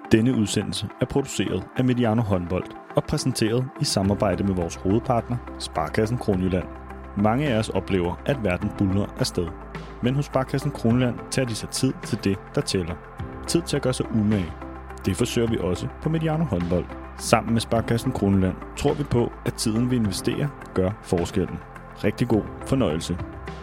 Denne udsendelse er produceret af Mediano Håndbold og præsenteret i samarbejde med vores hovedpartner, Sparekassen Kronjylland. Mange af os oplever, at verden buldrer afsted. Men hos Sparekassen Kronjylland tager de sig tid til det, der tæller. Tid til at gøre sig umage. Det forsøger vi også på Mediano Håndbold. Sammen med Sparekassen Kronjylland tror vi på, at tiden vi investerer gør forskellen. Rigtig god fornøjelse.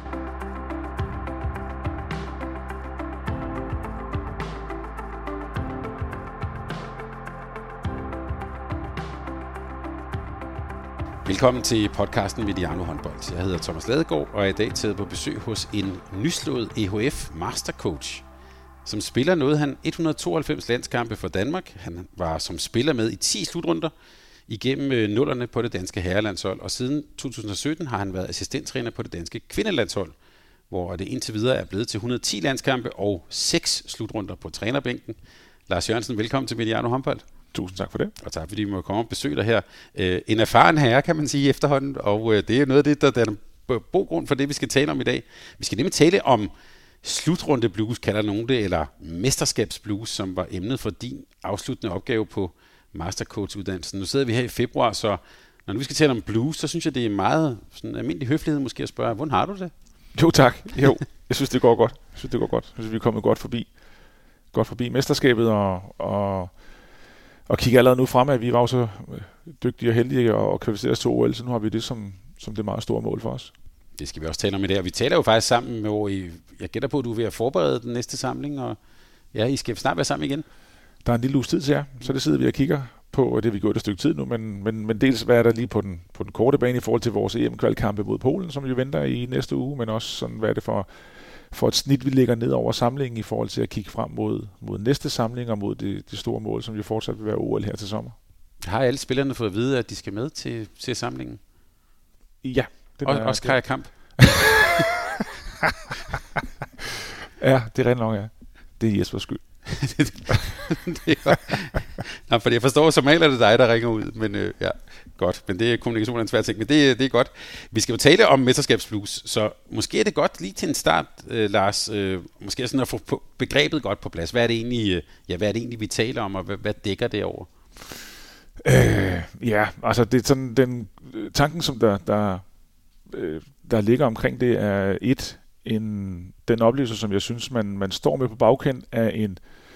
Velkommen til podcasten Mediano Håndbold. Jeg hedder Thomas Ladegaard og er i dag taget på besøg hos en nyslået EHF Mastercoach. Som spiller nåede han 192 landskampe for Danmark. Han var som spiller med i 10 slutrunder igennem nullerne på det danske herrelandshold. Og siden 2017 har han været assistenttræner på det danske kvindelandshold, hvor det indtil videre er blevet til 110 landskampe og 6 slutrunder på trænerbænken. Lars Jørgensen, velkommen til Mediano Håndbold. Tusind tak for det. Og tak fordi vi må komme og besøge dig her. En erfaren herre, kan man sige, efterhånden, og det er noget af det, der er en god grund for det, vi skal tale om i dag. Vi skal nemlig tale om slutrunde blues, kalder nogen det, eller mesterskabsblues, som var emnet for din afsluttende opgave på Mastercoach-uddannelsen. Nu sidder vi her i februar, så når vi skal tale om blues, så synes jeg, det er meget sådan almindelig høflighed måske at spørge, hvordan har du det? Jo tak. Jo, jeg synes, det går godt. Jeg synes, vi er kommet godt forbi mesterskabet og kigger allerede nu fremad. Vi var jo så dygtige og heldige og kvalificere os til OL, så nu har vi det som det meget store mål for os. Det skal vi også tale om i dag, og vi taler jo faktisk sammen med, hvor jeg gætter på, at du er ved at forberede den næste samling, og ja, I skal snart være sammen igen. Der er en lille uges tid til jer, så det sidder vi og kigger på, og det har vi gjort et stykke tid nu, men dels hvad er der lige på den korte bane i forhold til vores EM-kvalkampe mod Polen, som vi venter i næste uge, men også sådan, hvad er det for et snit, vi lægger ned over samlingen i forhold til at kigge frem mod næste samling og mod det store mål, som jo fortsat vil være OL her til sommer. Har alle spillerne fået at vide, at de skal med til samlingen? Ja. Også Kaja Kamp? Ja, det er rent nok, ja. Det er Jespers skyld. Det er nå, for jeg forstår, som regel er det dig, der ringer ud, men ja, godt. Men det er kommunikation en svær ting, men det er godt. Vi skal jo tale om mesterskabsblues, så måske er det godt lige til en start, Lars, måske sådan at få begrebet godt på plads. Hvad er det egentlig, vi taler om, og hvad dækker det over? Ja, altså det er sådan den tanken, som der ligger omkring det, er den oplevelse, som jeg synes, man står med på bagkant af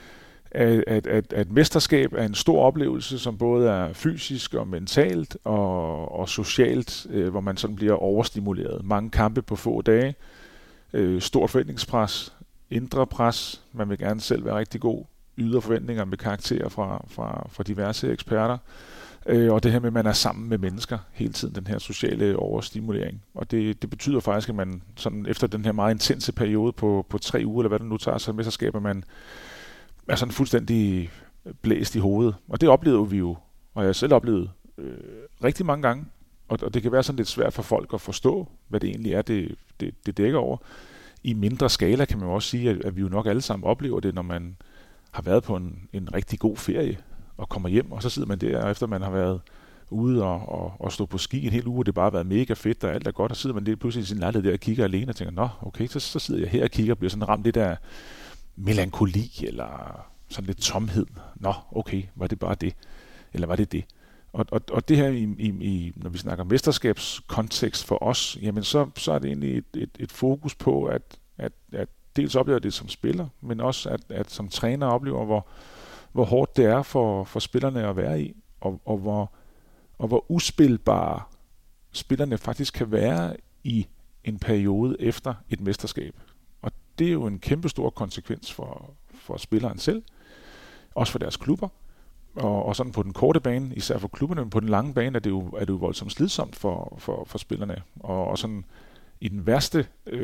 et mesterskab er en stor oplevelse, som både er fysisk og mentalt og socialt, hvor man sådan bliver overstimuleret. Mange kampe på få dage, stort forventningspres, indre pres, man vil gerne selv være rigtig god, ydre forventninger med karakterer fra diverse eksperter, og det her med, at man er sammen med mennesker hele tiden, den her sociale overstimulering. Og det betyder faktisk, at man sådan efter den her meget intense periode på 3 uger, eller hvad det nu tager, så mesterskaber man er sådan fuldstændig blæst i hovedet. Og det oplevede vi jo, og jeg har selv oplevet rigtig mange gange. Og det kan være sådan lidt svært for folk at forstå, hvad det egentlig er, det dækker over. I mindre skala kan man jo også sige, at vi jo nok alle sammen oplever det, når man har været på en rigtig god ferie og kommer hjem, og så sidder man der, efter man har været ude og stå på ski en hel uge, og det bare har været mega fedt, og alt er godt, og så sidder man lidt pludselig i sin lejlighed der og kigger alene og tænker, nå, okay, så sidder jeg her og kigger og bliver sådan ramt lidt af melankoli, eller sådan lidt tomhed. Nå, okay, var det bare det? Eller var det det? Og det her, når vi snakker mesterskabskontekst for os, jamen så er det egentlig et fokus på, at dels oplever det som spiller, men også at som træner oplever, hvor hårdt det er for spillerne at være i, og hvor uspilbare spillerne faktisk kan være i en periode efter et mesterskab. Og det er jo en kæmpe stor konsekvens for spilleren selv, også for deres klubber, og sådan på den korte bane, især for klubberne, men på den lange bane er det jo voldsomt slidsomt for spillerne. Og sådan i den værste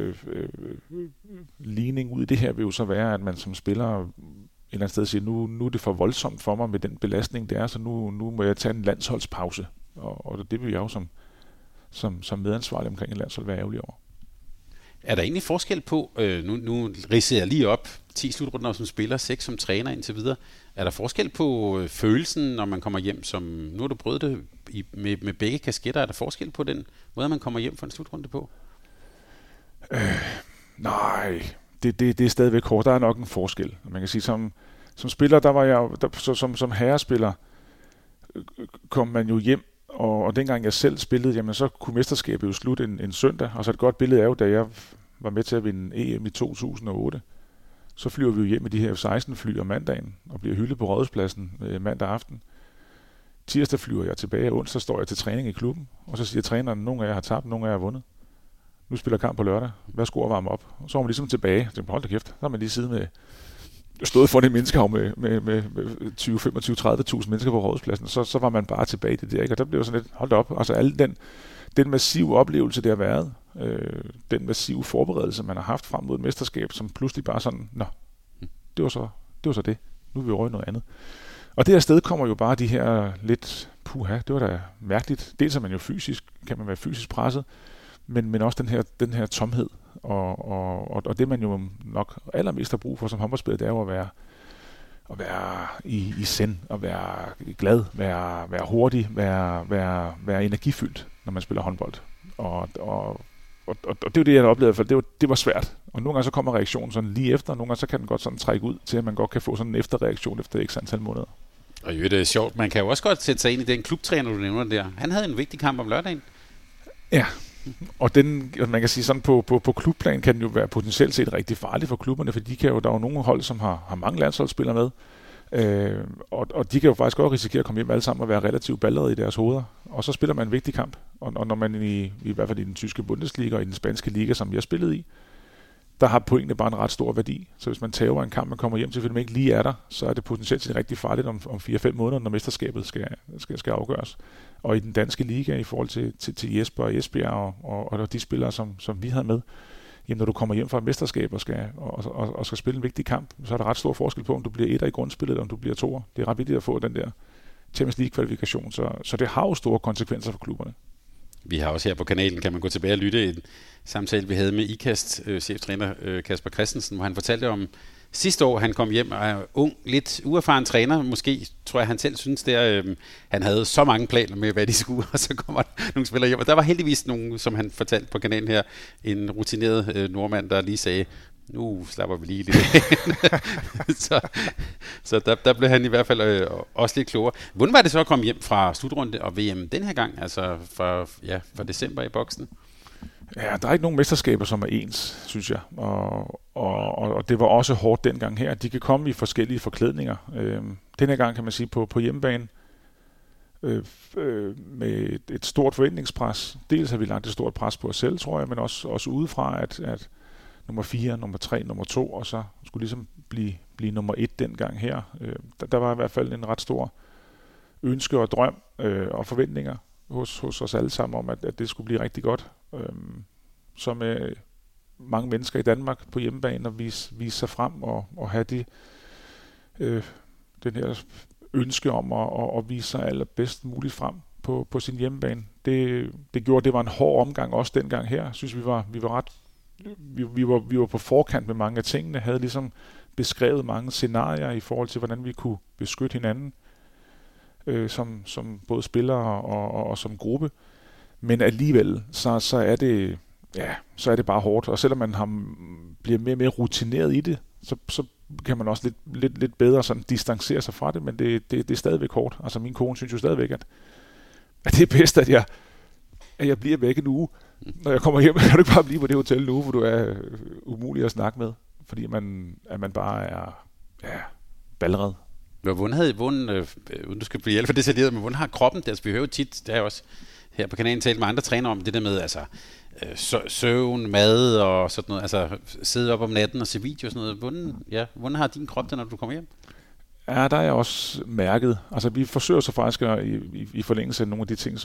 ligning ud i det her vil jo så være, at man som spiller et eller andet sted siger, nu er det for voldsomt for mig med den belastning, det er, så nu må jeg tage en landsholdspause. Og det vil jeg jo som medansvarlig omkring et landshold være ærgerlig over. Er der egentlig forskel på, nu ridser jeg lige op, 10 slutrunder som spiller, 6 som træner indtil videre. Er der forskel på følelsen, når man kommer hjem, som nu har du prøvet det med begge kasketter, er der forskel på den måde, man kommer hjem for en slutrunde på? Nej, det er stadigvæk hårdt. Der er nok en forskel. Man kan sige, som spiller, der var jeg, som herrespiller, kom man jo hjem, og dengang jeg selv spillede, jamen så kunne mesterskabet jo slutte en søndag, og så et godt billede er jo, da jeg var med til at vinde EM i 2008, så flyver vi jo hjem med de her F-16-fly om mandagen, og bliver hyldet på Rådhuspladsen mandag aften. Tirsdag flyver jeg tilbage, og onsdag står jeg til træning i klubben, og så siger træneren, nogle af jer har tabt, nogle af jer har vundet. Nu spiller kamp på lørdag. Værsgo at varme op. Og så var man ligesom tilbage. Så hold da kæft. Så har man lige siddet med stået for det menneskehav med 20, 25, 30.000 mennesker på Rådhuspladsen. Så var man bare tilbage i det der, ikke? Og der blev jo sådan lidt, hold da op. Altså alle den massive oplevelse, det har været, den massive forberedelse, man har haft frem mod et mesterskab, som pludselig bare sådan, det var så det. Nu er vi over i noget andet. Og det her sted kommer jo bare de her lidt, det var da mærkeligt. Dels er man jo kan man være fysisk presset, men også den her tomhed, og det man jo nok allermest har brug for som håndboldspiller, det er jo at være i send, at være glad, være hurtig, være energifyldt, når man spiller håndbold. Og det er jo det, jeg oplevede, for det var svært. Og nogle gange så kommer reaktionen sådan lige efter, og nogle gange så kan den godt sådan trække ud til, at man godt kan få sådan en efterreaktion efter x antal måneder. Og jo, det er sjovt. Man kan jo også godt sætte sig ind i den klubtræner, du nævner der. Han havde en vigtig kamp om lørdagen. Ja, og man kan sige sådan, på klubplan kan den jo være potentielt set rigtig farlig for klubberne, for der er jo nogle hold, som har mange landsholdsspillere med, og de kan jo faktisk godt risikere at komme hjem alle sammen og være relativt ballerede i deres hoveder, og så spiller man en vigtig kamp, og når man i hvert fald i den tyske Bundesliga og i den spanske liga, som jeg spillede i, der har pointene bare en ret stor værdi. Så hvis man tager en kamp, man kommer hjem til, fordi man ikke lige er der, så er det potentielt set rigtig farligt om 4-5 måneder, når mesterskabet skal afgøres. Og i den danske liga i forhold til Jesper og Esbjerg og de spillere, som vi havde med, jamen når du kommer hjem fra et mesterskab og skal spille en vigtig kamp, så er der ret stor forskel på, om du bliver etter i grundspillet, eller om du bliver toer. Det er ret vigtigt at få den der Champions League-kvalifikation, så det har jo store konsekvenser for klubberne. Vi har også her på kanalen, kan man gå tilbage og lytte, en samtale, vi havde med IKAST cheftræner Kasper Christensen, hvor han fortalte om sidste år, han kom hjem og er ung, lidt uerfaren træner. Måske tror jeg, han selv synes, han havde så mange planer med, hvad de skulle, og så kommer nogle spillere hjem. Og der var heldigvis nogen, som han fortalte på kanalen her, en rutineret nordmand, der lige sagde, nu slapper vi lige lidt så der blev han i hvert fald også lidt klogere. Hvordan var det så at komme hjem fra slutrunde og VM den her gang, altså fra december i boksen? Ja, der er ikke nogen mesterskaber, som er ens, synes jeg. Og det var også hårdt dengang her. De kan komme i forskellige forklædninger. Den her gang kan man sige på hjemmebane med et stort forventningspres. Dels har vi lagt et stort pres på os selv, tror jeg, men også udefra, at nummer 4, nummer 3, nummer 2, og så skulle ligesom blive nummer 1 dengang her. Der var i hvert fald en ret stor ønske og drøm og forventninger hos os alle sammen om, at det skulle blive rigtig godt. Så med mange mennesker i Danmark på hjemmebane og vise sig frem og have den her ønske om at vise sig allerbedst muligt frem på sin hjemmebane. Det gjorde, det var en hård omgang også dengang her. Jeg synes, vi var på forkant med mange af tingene, havde ligesom beskrevet mange scenarier i forhold til, hvordan vi kunne beskytte hinanden som både spillere og som gruppe. Men alligevel, så er det bare hårdt. Og selvom man bliver mere og mere rutineret i det, så kan man også lidt bedre sådan distancere sig fra det, men det er stadigvæk hårdt. Altså min kone synes jo stadigvæk, at det er bedst, at jeg bliver væk en uge. Når jeg kommer hjem, kan du ikke bare blive på det hotel nu, hvor du er umulig at snakke med, fordi man bare er ballerede. Hvordan du skal blive hjælp for detaljeret, men hvordan har kroppen det? Altså, vi hører jo tit, det er også her på kanalen talt med andre trænere om det der med altså søvn, mad og sådan noget, altså sidde op om natten og se video og sådan noget. Hvordan har din krop det, når du kommer hjem? Ja, der er jeg også mærket. Altså vi forsøger så faktisk i forlængelse af nogle af de ting,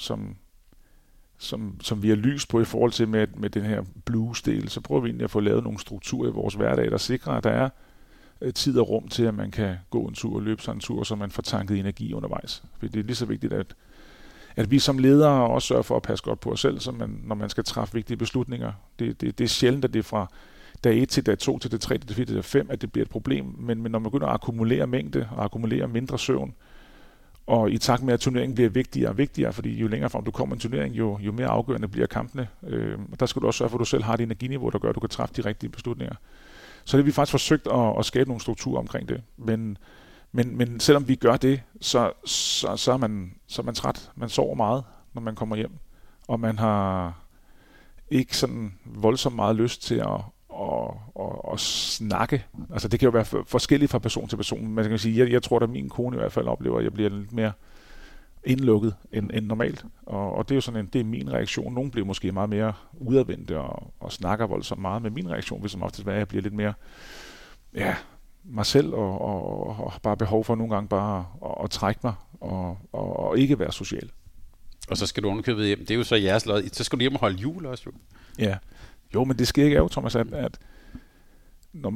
som vi har lys på i forhold til med den her blues-del, så prøver vi egentlig at få lavet nogle strukturer i vores hverdag, der sikrer, at der er tid og rum til, at man kan gå en tur og løbe sig en tur, så man får tanket energi undervejs. For det er lige så vigtigt, at vi som ledere også sørger for at passe godt på os selv, når man skal træffe vigtige beslutninger. Det er sjældent, at det er fra dag 1 til dag 2 til dag 3 til dag 4 til dag 5, at det bliver et problem. Men når man begynder at akkumulere mængde og akkumulere mindre søvn, og i takt med, at turneringen bliver vigtigere og vigtigere, fordi jo længere frem du kommer en turnering, jo mere afgørende bliver kampene. Og der skal du også sørge for, at du selv har det energiniveau, der gør, at du kan træffe de rigtige beslutninger. Så det har vi faktisk forsøgt at skabe nogle strukturer omkring det. Men selvom vi gør det, så er man træt. Man sover meget, når man kommer hjem. Og man har ikke sådan voldsomt meget lyst til at snakke. Altså det kan jo være forskelligt fra person til person. Man kan sige, jeg tror, at min kone i hvert fald oplever, at jeg bliver lidt mere indlukket end normalt. Og det er jo sådan det er min reaktion. Nogle bliver måske meget mere udadvendte og snakker voldsomt meget. Men min reaktion vil som oftest være, at jeg bliver lidt mere mig selv og bare behov for nogle gange bare at trække mig og ikke være social. Og så skal du underkøbet hjem. Det er jo så jeres lod. Så skal du hjem og holde jul også jo. Ja. Jo, men det sker ikke af, Thomas, at når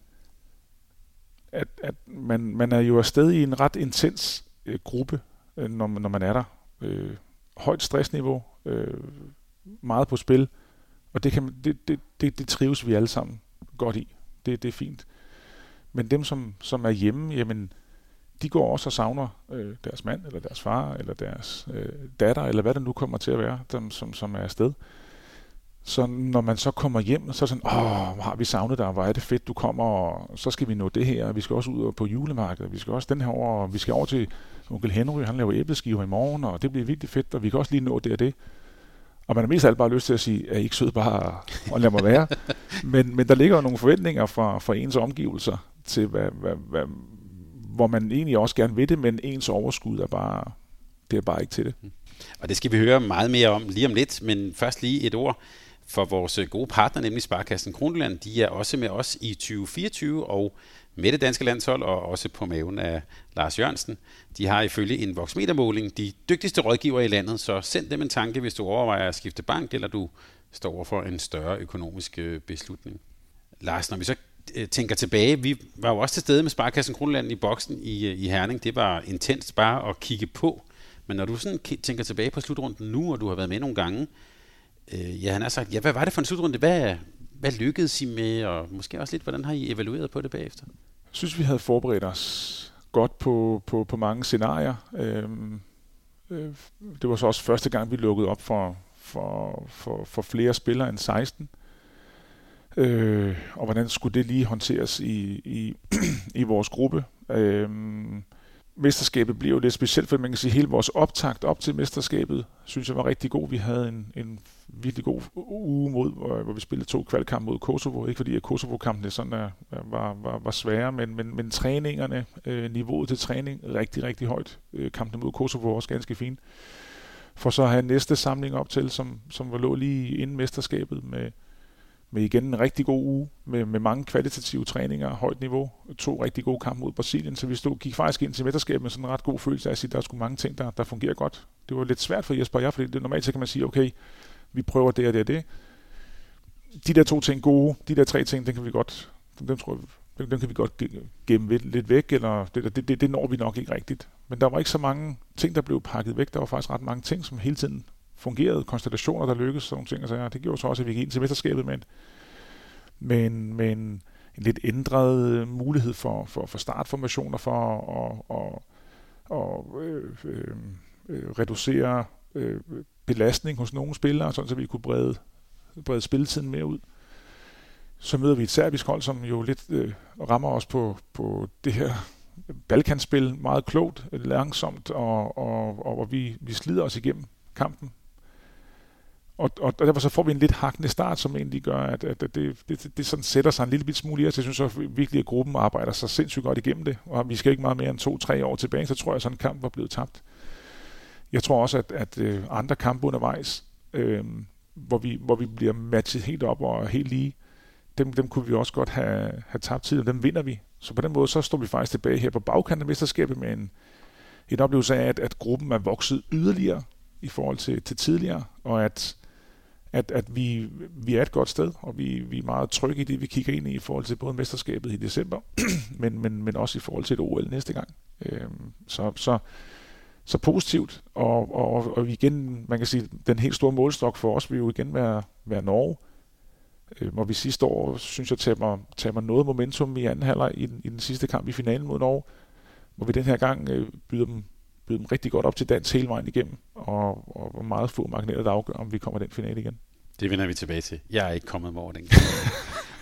man er jo afsted i en ret intens gruppe, når man er der. Højt stressniveau, meget på spil, og det trives vi alle sammen godt i. Det er fint. Men dem, som er hjemme, jamen, de går også og savner deres mand, eller deres far, eller deres datter, eller hvad det nu kommer til at være, dem, som er afsted. Så når man så kommer hjem, så er sådan, har vi savnet dig, hvor er det fedt, du kommer, og så skal vi nå det her, vi skal også ud på julemarkedet, vi skal også den her over, vi skal over til onkel Henry, han laver æbleskiver i morgen, og det bliver virkelig fedt, og vi kan også lige nå det og det. Og man har mest af alt bare lyst til at sige, er I ikke sød bare og lad mig være? men der ligger jo nogle forventninger fra ens omgivelser til, hvor man egentlig også gerne vil det, men ens overskud er bare ikke til det. Og det skal vi høre meget mere om lige om lidt, men først lige et ord for vores gode partner, nemlig Sparkassen Kronjylland. De er også med os i 2024 og med det danske landshold, og også på maven af Lars Jørgensen. De har ifølge en Voxmeter-måling de dygtigste rådgivere i landet, så send dem en tanke, hvis du overvejer at skifte bank, eller du står over for en større økonomisk beslutning. Lars, når vi så tænker tilbage, vi var jo også til stede med Sparkassen Kronjylland i boksen i Herning. Det var intenst bare at kigge på. Men når du sådan tænker tilbage på slutrunden nu, og du har været med nogle gange, han har sagt, hvad var det for en slutrunde? Hvad lykkedes I med, og måske også lidt, hvordan har I evalueret på det bagefter? Jeg synes, vi havde forberedt os godt på mange scenarier. Det var så også første gang, vi lukkede op for flere spillere end 16. Og hvordan skulle det lige håndteres i vores gruppe? Mesterskabet blev jo lidt specielt, for man kan sige, hele vores optakt op til mesterskabet, synes jeg var rigtig god. Vi havde en virkelig god uge hvor vi spillede 2 kvalkampe mod Kosovo. Ikke fordi at Kosovo-kampene sådan var svære, men træningerne, niveauet til træning, rigtig, rigtig højt. Kampene mod Kosovo var også ganske fint. For så at have næste samling op til, som lå lige inden mesterskabet med igen en rigtig god uge, med mange kvalitative træninger, højt niveau, 2 rigtig gode kampe mod Brasilien, så vi gik faktisk ind til mesterskabet med sådan en ret god følelse af at sige, at der er sgu mange ting, der fungerer godt. Det var lidt svært for Jesper og jeg, fordi normalt så kan man sige, okay, vi prøver det og det og det. De der 2 ting gode, de der 3 ting, dem kan vi godt gemme lidt væk, eller det når vi nok ikke rigtigt. Men der var ikke så mange ting, der blev pakket væk. Der var faktisk ret mange ting, som hele tiden fungerede, konstellationer, der lykkedes, sådan nogle ting. Altså, det gjorde så også, at vi gik ind til mesterskabet med en lidt ændret mulighed for startformationer, for at reducere belastning hos nogle spillere, sådan så vi kunne brede spilletiden mere ud. Så møder vi et serbisk hold, som jo lidt rammer os på det her Balkanspil meget klogt, langsomt, og hvor vi slider os igennem kampen. Og derfor så får vi en lidt hakkende start, som egentlig gør, at det sådan sætter sig en lille bit smule i os. Jeg synes så virkelig, at gruppen arbejder så sindssygt godt igennem det, og vi skal ikke meget mere end 2-3 år tilbage, så tror jeg, at sådan en kamp var blevet tabt. Jeg tror også, at andre kampe undervejs, hvor vi bliver matchet helt op og helt lige, dem kunne vi også godt have tabt tid, og dem vinder vi. Så på den måde, så står vi faktisk tilbage her på bagkanten af mesterskabet med en oplevelse af, at gruppen er vokset yderligere i forhold til tidligere, og at vi er et godt sted, og vi er meget trygge i det, vi kigger ind i forhold til både mesterskabet i december, men også i forhold til et OL næste gang. Så positivt, og igen, man kan sige, den helt store målstok for os vil jo igen være Norge, hvor vi sidste år, synes jeg, tager noget momentum i anden halvleg i den sidste kamp i finalen mod Norge, hvor vi den her gang byder dem rigtig godt op til dans hele vejen igennem, og meget få marginaler, der afgør, om vi kommer den finale igen. Det vender vi tilbage til. Jeg er ikke kommet over den.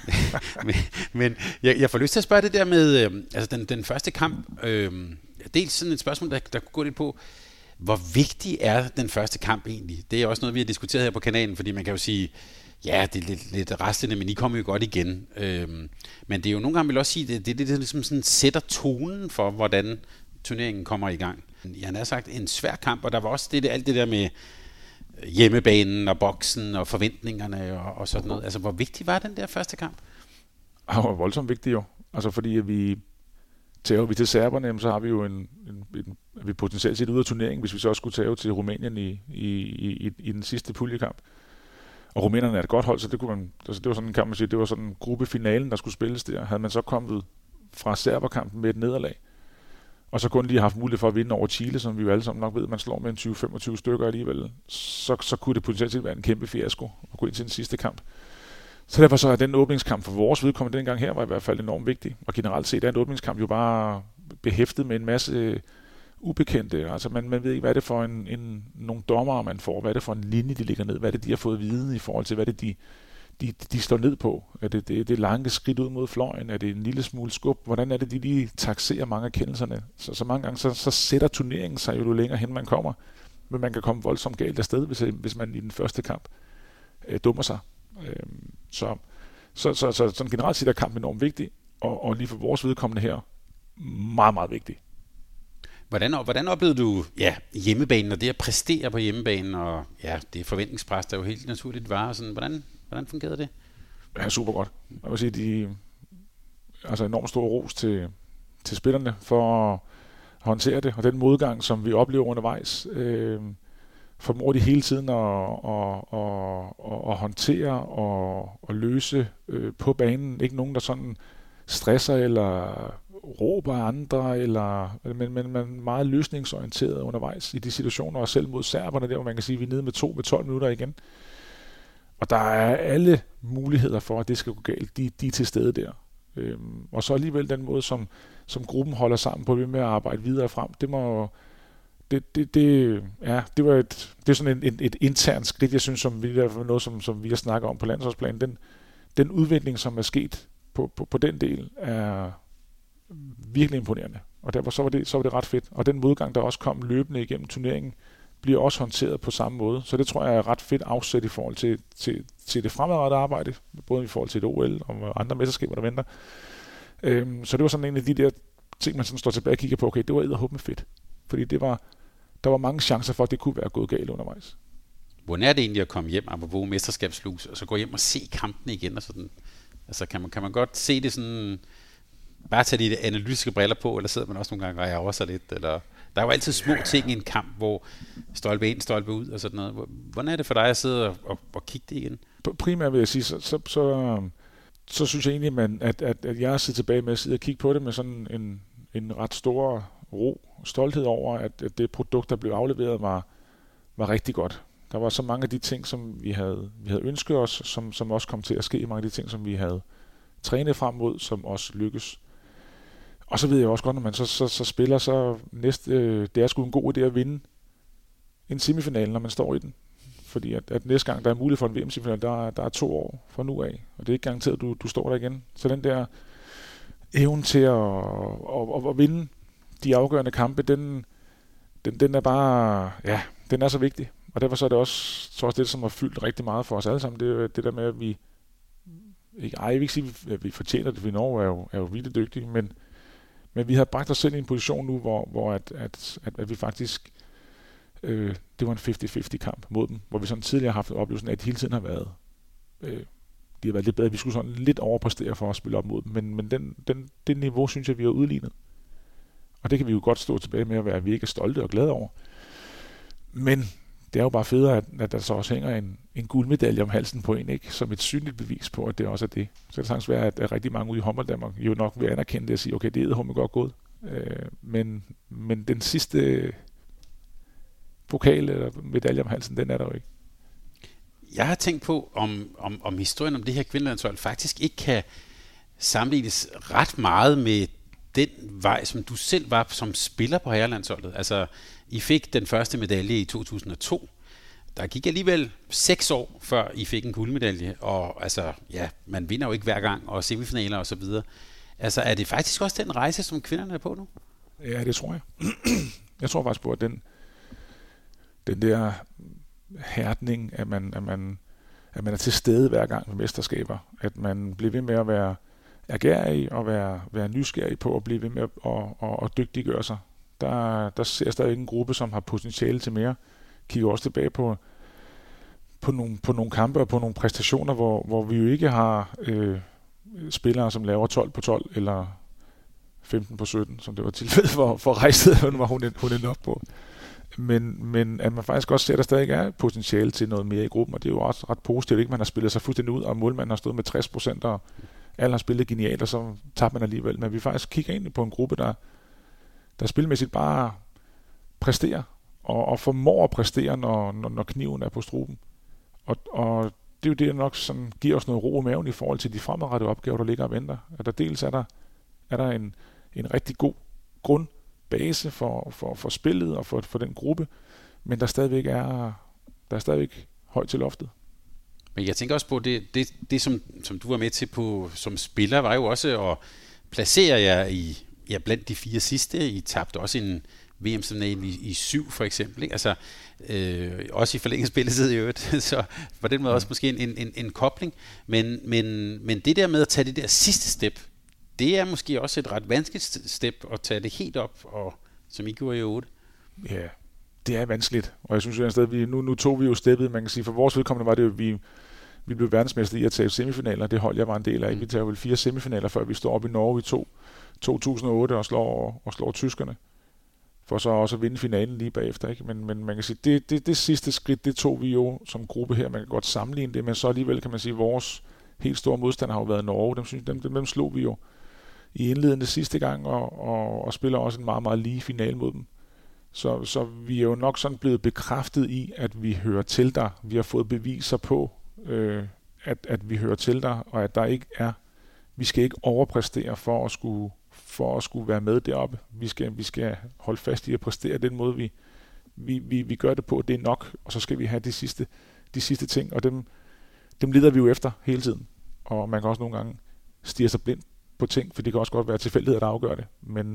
men jeg får lyst til at spørge det der med altså den første kamp. Dels sådan et spørgsmål, der kunne gå lidt på, hvor vigtig er den første kamp egentlig? Det er også noget, vi har diskuteret her på kanalen, fordi man kan jo sige, ja, det er lidt rastlende, men I kommer jo godt igen. Men det er jo nogle gange, vil også sige, det ligesom sådan sætter tonen for, hvordan turneringen kommer i gang. Jeg har sagt en svær kamp, og der var også alt det der med hjemmebanen og boksen og forventningerne og sådan noget. Altså, hvor vigtig var den der første kamp? Det var voldsomt vigtigt jo. Altså, fordi vi tager vi til serberne, så har vi jo vi potentielt set ude af turneringen, hvis vi så også skulle tage til Rumænien i den sidste puljekamp. Og rumænerne er et godt hold, så det var sådan, kan man sige, det var sådan gruppefinalen, der skulle spilles der. Havde man så kommet fra serberkampen med et nederlag, og så kun lige haft mulighed for at vinde over Chile, som vi jo alle sammen nok ved, man slår med en 20-25 stykker alligevel, så kunne det potentielt være en kæmpe fiasko at gå ind til den sidste kamp. Så derfor så er den åbningskamp for vores vedkommende dengang her var i hvert fald enormt vigtig. Og generelt set er en åbningskamp jo bare behæftet med en masse ubekendte. Altså man ved ikke, hvad er det for nogle dommere, man får, hvad er det for en linje, de ligger ned, hvad er det, de har fået at vide i forhold til, hvad det de slår ned på. Er det lange skridt ud mod fløjen? Er det en lille smule skub? Hvordan er det, de lige taxerer mange af kendelserne? Så mange gange, så sætter turneringen sig jo længere hen man kommer. Men man kan komme voldsomt galt afsted, hvis man i den første kamp dummer sig. Så sådan generelt set er kampen enormt vigtig, og lige for vores vedkommende her, meget, meget vigtig. Hvordan oplevede du hjemmebanen, og det at præstere på hjemmebanen, og det forventningspres, der jo helt naturligt var, sådan, hvordan fungerede det? Ja, super godt. Jeg vil sige, altså enormt stor ros til spillerne for at håndtere det, og den modgang, som vi oplever undervejs, formår de hele tiden at håndtere og løse på banen. Ikke nogen, der sådan stresser eller råber andre, men meget løsningsorienteret undervejs i de situationer, og selv mod serberne der, hvor man kan sige, at vi er nede med 12 minutter igen. Og der er alle muligheder for, at det skal gå galt. De er til stede der. Og så alligevel den måde, som gruppen holder sammen på, med at arbejde videre frem, det er sådan et internt skridt, jeg synes, som vi er noget, som vi har snakket om på landsholdsplanen. Den udvikling, som er sket på den del, er virkelig imponerende. Og derfor så var det ret fedt. Og den modgang, der også kom løbende igennem turneringen, bliver også håndteret på samme måde. Så det tror jeg er ret fedt afsæt i forhold til det fremadrettede arbejde, både i forhold til et OL og andre mesterskaber, der venter. Så det var sådan en af de der ting, man sådan står tilbage og kigger på, okay, det var edderhåbende fedt. Fordi der var mange chancer for, at det kunne være gået galt undervejs. Hvordan er det egentlig at komme hjem, apropos mesterskabslus, og så gå hjem og se kampen igen? Og sådan? Altså kan man godt se det sådan, bare tage de analytiske briller på, eller sidder man også nogle gange og ærger sig lidt? Eller? Der er jo altid små ting i en kamp, hvor stolpe ind, stolpe ud og sådan noget. Hvordan er det for dig at sidde og kigge det igen? Primært vil jeg sige, så synes jeg egentlig, at jeg sidder tilbage med at sidde og kigge på det med sådan en ret stor ro, stolthed over, at det produkt, der blev afleveret, var rigtig godt. Der var så mange af de ting, som vi havde ønsket os, som også kom til at ske. Mange af de ting, som vi havde trænet frem mod, som også lykkes. Og så ved jeg også godt, når man så spiller, så det er sgu en god idé at vinde en semifinal, når man står i den. Fordi at næste gang, der er mulighed for en VM-semifinal, der er 2 år fra nu af. Og det er ikke garanteret, at du står der igen. Så den der evne til at vinde de afgørende kampe, den er bare, den er så vigtig. Og derfor så er det også det, som har fyldt rigtig meget for os alle sammen. Det er det der med, at vi jeg vil ikke sige, at vi fortjener det, for Norge er jo vildt dygtige, men vi har bragt os selv i en position nu, hvor at vi faktisk, det var en 50-50 kamp mod dem, hvor vi sådan tidligere har haft oplevelsen af, at de hele tiden har været, de har været lidt bedre. Vi skulle sådan lidt overpræstere for at spille op mod dem, men det niveau, synes jeg, vi har udlignet. Og det kan vi jo godt stå tilbage med at være, at vi ikke er stolte og glade over. Men det er jo bare federe, at der så også hænger en guldmedalje om halsen på en, ikke? Som et synligt bevis på, at det også er det. Så kan det sagtens være, at rigtig mange ude i håndbold jo nok vil anerkende det og sige, okay, det er edderhummet godt gået. Men den sidste pokal eller medalje om halsen, den er der jo ikke. Jeg har tænkt på, om historien om det her kvindelandshold faktisk ikke kan sammenlignes ret meget med den vej, som du selv var som spiller på herrelandsholdet. Altså, I fik den første medalje i 2002. der gik alligevel 6 år, før I fik en guldmedalje, og altså, ja, man vinder jo ikke hver gang, og semifinaler og så videre. Altså, er det faktisk også den rejse, som kvinderne er på nu? Ja, det tror jeg. Jeg tror faktisk på, at den der hærdning, at man er til stede hver gang med mesterskaber, at man bliver ved med at være ærgerrig og være nysgerrig på at blive ved med at dygtiggøre sig. Der ser jeg stadig en gruppe, som har potentiale til mere. Kigger også tilbage på nogle kampe og på nogle præstationer, hvor vi jo ikke har spillere, som laver 12 på 12 eller 15 på 17, som det var tilfældet for Rejsted, hvor hun endte op på. Men at man faktisk også ser, at der stadig er potentiale til noget mere i gruppen, og det er jo også ret positivt, ikke? Man har spillet sig fuldstændig ud, og målmanden har stået med 60%, og alle har spillet genialt, og så tabte man alligevel. Men vi faktisk kigger ind på en gruppe, der spilmæssigt bare præsterer, og formår at præstere, når kniven er på struben. Og det er jo det, der nok sådan giver os noget ro i maven i forhold til de fremadrettede opgaver, der ligger og venter. At der dels er der en rigtig god grundbase for spillet og for den gruppe, men der er stadigvæk højt til loftet. Men jeg tænker også på, det som du var med til på som spiller, var jo også at placere jer blandt de 4 sidste. I tabte også en VM-finale i 7 for eksempel, ikke? Altså også i forlænget spilletid i øvrigt, så på den måde også måske en kobling. Men det der med at tage det der sidste step, det er måske også et ret vanskeligt step at tage det helt op, og som I gjorde i 8. Ja, det er vanskeligt, og jeg synes jo at nu tog vi jo steppet, man kan sige, for vores vedkommende var det jo, vi blev verdensmester i at tage semifinaler, det hold jeg var en del af. Vi tager vel 4 semifinaler, før vi står op i Norge i 2008 og slår tyskerne, for så også at vinde finalen lige bagefter, ikke? Men man kan sige, det sidste skridt, det tog vi jo som gruppe her, man kan godt sammenligne det, men så alligevel kan man sige, vores helt store modstander har jo været Norge, dem slog vi jo i indledende sidste gang, og spiller også en meget, meget lige finale mod dem. Så vi er jo nok sådan blevet bekræftet i, at vi hører til der. Vi har fået beviser på, at vi hører til der, og at der ikke er, vi skal ikke overpræstere for at skulle være med deroppe. Vi skal holde fast i at præstere den måde, vi gør det på. Det er nok, og så skal vi have de sidste ting, og dem leder vi jo efter hele tiden. Og man kan også nogle gange stirre sig blind på ting, for det kan også godt være tilfældigheder, der afgør det.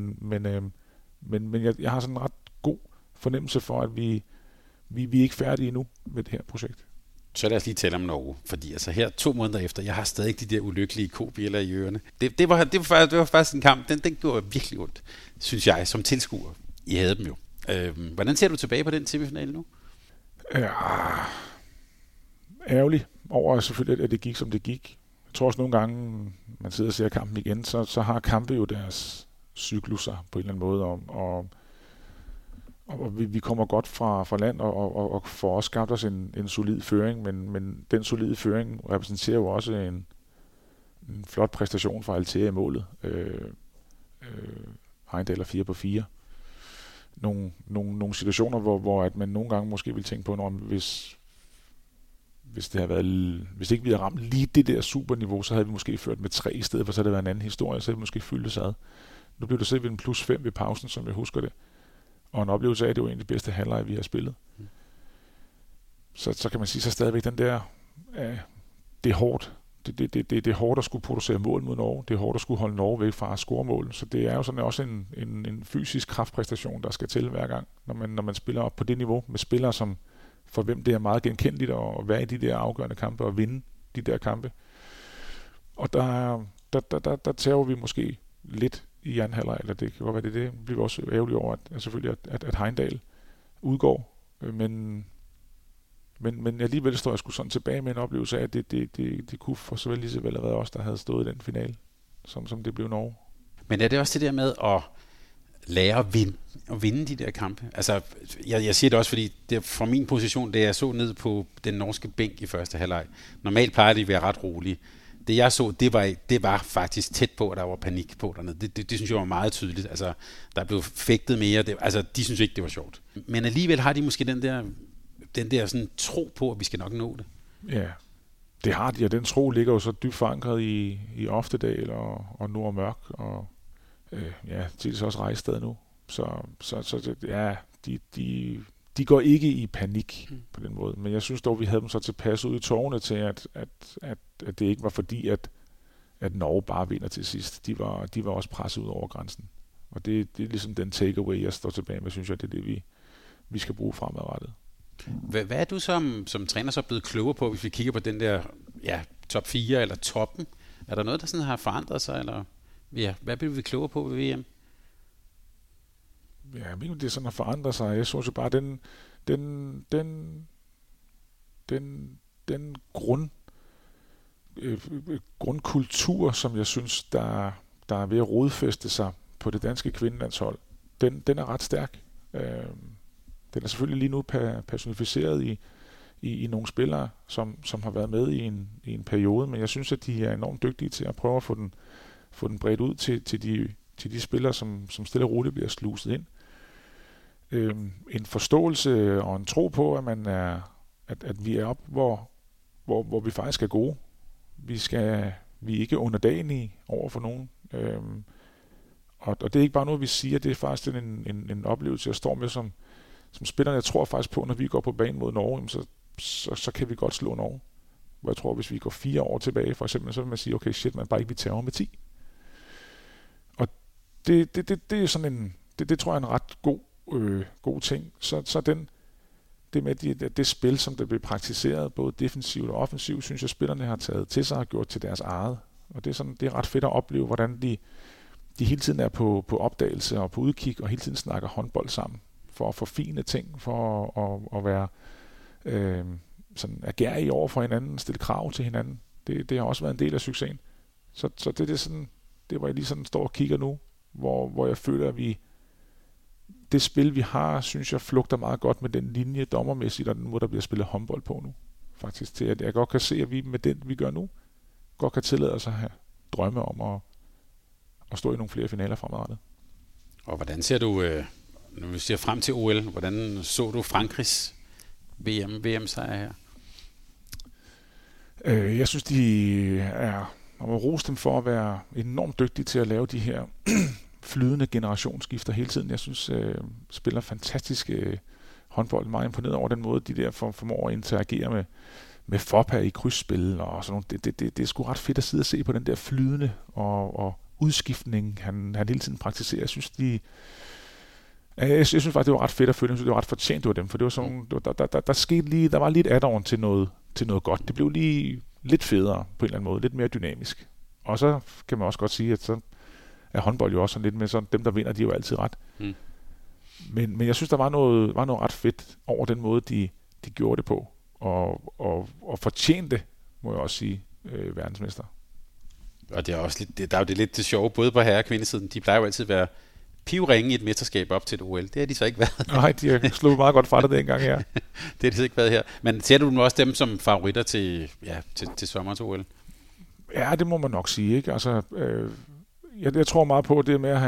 Men jeg har sådan en ret god fornemmelse for, at vi er ikke færdige endnu med det her projekt. Så lad os lige tale om Norge, fordi altså her 2 måneder efter, jeg har stadig de der ulykkelige kobjæller i ørerne. Det var faktisk en kamp, den gjorde virkelig ondt, synes jeg, som tilskuer. I havde dem jo. Hvordan ser du tilbage på den semifinale nu? Ja, ærgerlig over selvfølgelig, at det gik, som det gik. Jeg tror også nogle gange, man sidder og ser kampen igen, så har kampe jo deres cykluser på en eller anden måde, og vi kommer godt fra land og får også skabt os en solid føring, men den solide føring repræsenterer jo også en flot præstation fra Altea i målet. Heindal 4 på 4. Nogle situationer, hvor at man nogle gange måske vil tænke på, hvis ikke vi havde ramt lige det der superniveau, så havde vi måske ført med 3 i stedet, for så havde det været en anden historie, så havde vi måske fyldt det ad. Nu blev det set ved en +5 ved pausen, som jeg husker det. Og en oplevelse af, at det var en af de bedste halvleje, vi har spillet. Så kan man sige, så stadigvæk den der, det er hårdt. Det er hårdt at skulle producere mål mod Norge. Det er hårdt at skulle holde Norge væk fra at score mål. Så det er jo sådan også en fysisk kraftpræstation, der skal til hver gang, når man spiller op på det niveau med spillere, som for hvem det er meget genkendeligt at være i de der afgørende kampe og vinde de der kampe. Og der tager vi måske lidt i anden halvleg, eller det kan godt være det bliver vi også ærgerlige over, at selvfølgelig at Heindal udgår, men alligevel står jeg sgu sådan tilbage med en oplevelse af, at det kunne for så vel lige så vel have været os, der havde stået i den finale, som det blev Norge. Men er det også det der med at lære at vinde de der kampe? Altså, jeg siger det også, fordi det fra min position, da jeg så ned på den norske bænk i første halvleg, normalt plejer de at være ret rolige. Det jeg så, det var faktisk tæt på, at der var panik på dernede. Det synes jeg var meget tydeligt. Altså, der blev fægtet mere. De synes ikke, det var sjovt. Men alligevel har de måske den der sådan tro på, at vi skal nok nå det. Ja, det har de, og den tro ligger jo så dybt forankret i Oftedal og Nordmørk, og til også Rejsted nu. Så ja, de går ikke i panik på den måde, men jeg synes dog, vi havde dem så tilpas ud i tårne til, at det ikke var fordi, at Norge bare vinder til sidst. De var også presset ud over grænsen. Og det er ligesom den takeaway, jeg står tilbage med, synes jeg, det er det, vi skal bruge fremadrettet. Hvad er du som træner så blevet klogere på, hvis vi kigger på den der top 4 eller toppen? Er der noget, der sådan har forandret sig, eller hvad bliver vi klogere på ved VM? Ja, jeg mener, det sådan har forandret sig. Jeg synes jo bare, den grundkultur, som jeg synes, der er ved at rodfæste sig på det danske kvindelandshold, den er ret stærk. Den er selvfølgelig lige nu personificeret i nogle spillere, som har været med i en periode, men jeg synes, at de er enormt dygtige til at prøve at få den bredt ud til de spillere, som stille og roligt bliver sluset ind. En forståelse og en tro på, at vi er op, hvor vi faktisk er gode. Vi er ikke underdanige over for nogen. Og det er ikke bare noget, vi siger, det er faktisk en oplevelse, jeg står med som spillerne. Jeg tror faktisk på, når vi går på banen mod Norge, så kan vi godt slå Norge. Hvor jeg tror, hvis vi går 4 år tilbage, for eksempel, så vil man sige, okay, shit, man bare ikke vi tager med 10. Og det er sådan det tror jeg er en ret god ting. Så det med det spil, som der bliver praktiseret, både defensivt og offensivt, synes jeg, spillerne har taget til sig og gjort til deres eget. Og det er ret fedt at opleve, hvordan de hele tiden er på opdagelse og på udkig, og hele tiden snakker håndbold sammen, for at forfine ting, for at være sådan agerige over for hinanden, stille krav til hinanden. Det har også været en del af succesen. Så det er sådan, det hvor jeg lige sådan står og kigger nu, hvor jeg føler, at det spil, vi har, synes jeg, flugter meget godt med den linje dommermæssigt, og den måde, der bliver spillet håndbold på nu. Faktisk til, at jeg godt kan se, at vi med den, vi gør nu, godt kan tillade os at have drømme om at stå i nogle flere finaler fremadrettet. Og hvordan ser du, når vi ser frem til OL, hvordan så du Frankrigs VM-sejr her? Jeg synes, man må rose dem for at være enormt dygtige til at lave de her flydende generationsskifter hele tiden. Jeg synes, spiller fantastisk håndbold. Meget imponeret over den måde, de der formår at interagere med Foppa i krydsspil og sådan noget. Det er sgu ret fedt at sidde og se på den der flydende og udskiftning, han hele tiden praktiserer. Jeg synes, jeg synes faktisk, det var ret fedt at føle. Jeg synes, det var ret fortjent, det var dem, for det var sådan, der skete lige, der var lidt add-on til noget godt. Det blev lige lidt federe på en eller anden måde, lidt mere dynamisk. Og så kan man også godt sige, at så er håndbold jo også sådan lidt med sådan, dem der vinder, de er jo altid ret. Men jeg synes, der var noget ret fedt over den måde, de gjorde det på, og fortjente, må jeg også sige, verdensmester. Og det er også lidt, der er jo det lidt det sjove, både på herre- og kvindesiden. De plejer jo altid at være pivringe i et mesterskab op til et OL. Det har de så ikke været. Nej, de har slået meget godt fra det dengang her. Det har de så ikke været her. Men ser du også dem som favoritter til sommerens OL? Ja, det må man nok sige, ikke? Altså, jeg tror meget på det med at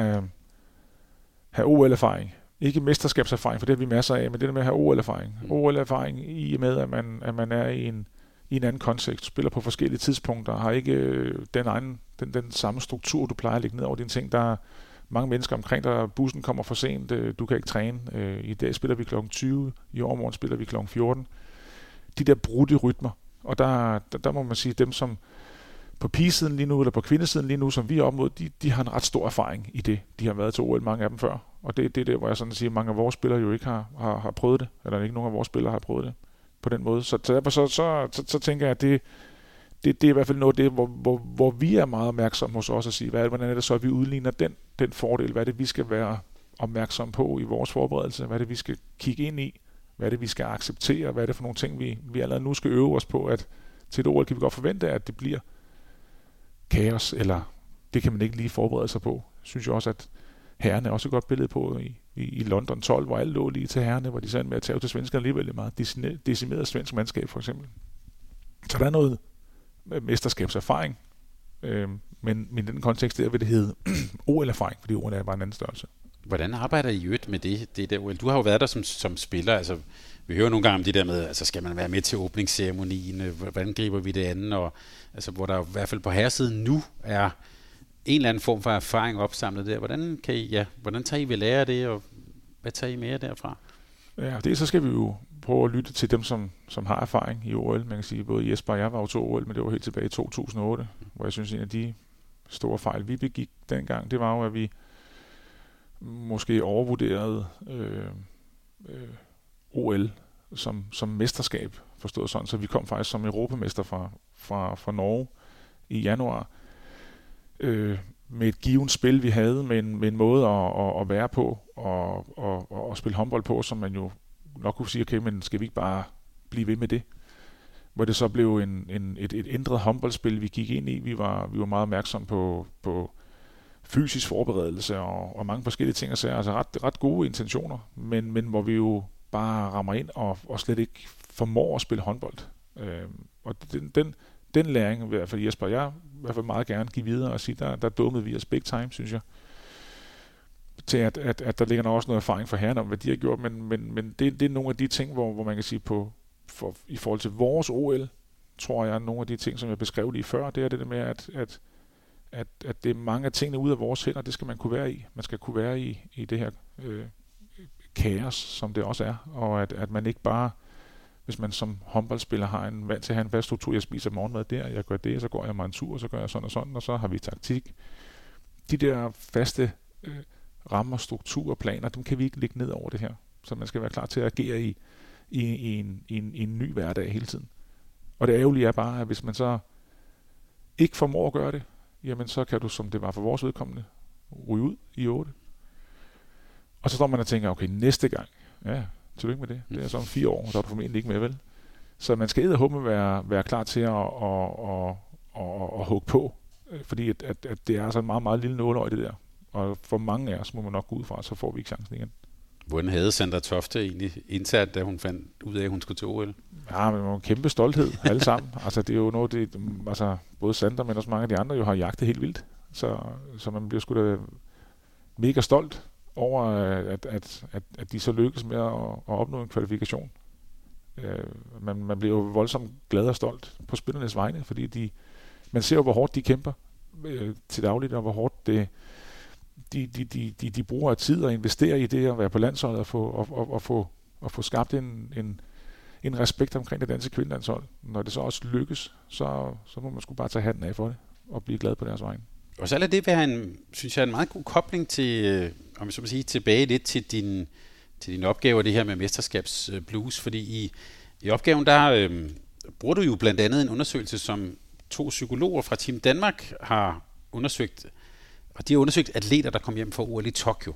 have OL-erfaring. Ikke mesterskabserfaring, for det har vi masser af, men det der med at have OL-erfaring. OL-erfaring i og med, at man er i en anden kontekst, spiller på forskellige tidspunkter, har ikke den samme struktur, du plejer at lægge ned over dine ting. Der er mange mennesker omkring dig, bussen kommer for sent, du kan ikke træne. I dag spiller vi kl. 20, i overmorgen spiller vi kl. 14. De der brudte rytmer, og der må man sige, dem som på pigesiden lige nu, eller på kvindesiden lige nu, som vi er op mod, de har en ret stor erfaring i det. De har været til OL, mange af dem før. Og det er det, hvor jeg sådan siger, mange af vores spillere jo ikke har prøvet det, eller ikke nogen af vores spillere har prøvet det på den måde. Så derfor så tænker jeg, at det er i hvert fald noget af det, hvor vi er meget opmærksomme hos os at sige, hvordan er det så, at vi udligner den fordel, hvad er det, vi skal være opmærksomme på i vores forberedelse, hvad er det, vi skal kigge ind i, hvad er det, vi skal acceptere, hvad er det for nogle ting, vi allerede nu skal øve os på, at til et OL kan vi godt forvente, at det bliver kaos, eller det kan man ikke lige forberede sig på. Synes jeg også, at herrerne er også et godt billede på i London 12, hvor alle lå lige til herrene, hvor de så med at tage til svenskerne alligevel meget decimeret svensk mandskab, for eksempel. Så der er noget mesterskabserfaring, men i den kontekst der vil det hedde OL-erfaring, fordi OL er bare en anden størrelse. Hvordan arbejder I øvrigt med det der OL? Du har jo været der som spiller, altså vi hører nogle gange om det der med, altså skal man være med til åbningsceremonien, hvordan griber vi det andet, og altså hvor der i hvert fald på herresiden nu er en eller anden form for erfaring opsamlet der. Hvordan tager I ved lære det, og hvad tager I mere derfra? Ja, det så skal vi jo prøve at lytte til dem, som har erfaring i OL. Man kan sige, både Jesper og jeg var jo til OL, men det var helt tilbage i 2008, hvor jeg synes, en af de store fejl, vi begik dengang, det var jo, at vi måske overvurderede OL som mesterskab, forstået sådan. Så vi kom faktisk som europamester fra Norge i januar, med et givet spil, vi havde, med en måde at være på, og spille håndbold på, som man jo nok kunne sige, okay, men skal vi ikke bare blive ved med det? Hvor det så blev et ændret håndboldspil, vi gik ind i. Vi var meget opmærksomme på fysisk forberedelse og mange forskellige ting og sager, altså ret gode intentioner, men hvor vi jo bare rammer ind og slet ikke formår at spille håndbold. Og den læring, i hvert fald Jesper og jeg, i hvert fald meget gerne give videre og sige, der dummede vi os big time, synes jeg. Til at der ligger nok også noget erfaring for herren om, hvad de har gjort, men det er nogle af de ting, hvor man kan sige, i forhold til vores OL, tror jeg, nogle af de ting, som jeg beskrev lige før, det er det med, at det er mange af tingene ude af vores hænder, det skal man kunne være i. Man skal kunne være i det her kaos, som det også er, og at man ikke bare, hvis man som håndboldspiller har en vant til at have en fast struktur, jeg spiser morgenmad der, jeg gør det, så går jeg mig en tur, og så gør jeg sådan og sådan, og så har vi taktik. De der faste rammer, strukturer, planer, dem kan vi ikke lægge ned over det her. Så man skal være klar til at agere i en ny hverdag hele tiden. Og det ærgerlige er bare, at hvis man så ikke formår at gøre det, jamen så kan du, som det var for vores vedkommende, ryge ud i 8. Og så står man og tænker, okay, næste gang, ja, tillykke med det. Det er så om 4 år, der er du formentlig ikke med, vel? Så man skal edderhåbentlig være klar til at hugge på, fordi at det er altså en meget, meget lille nåleøje, det der. Og for mange af os må man nok gå ud fra, så får vi ikke chancen igen. Hvordan havde Sandra Tofte egentlig indsat, da hun fandt ud af, at hun skulle til OL? Ja, men en kæmpe stolthed, alle sammen. Altså, det er jo noget, både Sandra, men også mange af de andre, jo har jagtet helt vildt. Så man bliver sgu da mega stolt over, at de så lykkes med at opnå en kvalifikation. Man bliver jo voldsomt glad og stolt på spillernes vegne, fordi man ser jo, hvor hårdt de kæmper til dagligt, og hvor hårdt de bruger af tid og investerer i det at være på landsholdet og få skabt en respekt omkring det danske kvindelandshold. Når det så også lykkes, så må man sgu bare tage hatten af for det og blive glad på deres vegne. Og så lader det være synes jeg, en meget god kobling til, om jeg så må sige, tilbage lidt til din opgave, det her med mesterskabsblues, fordi i opgaven, der bruger du jo blandt andet en undersøgelse, som 2 psykologer fra Team Danmark har undersøgt, og de har undersøgt atleter, der kom hjem fra OL i Tokyo.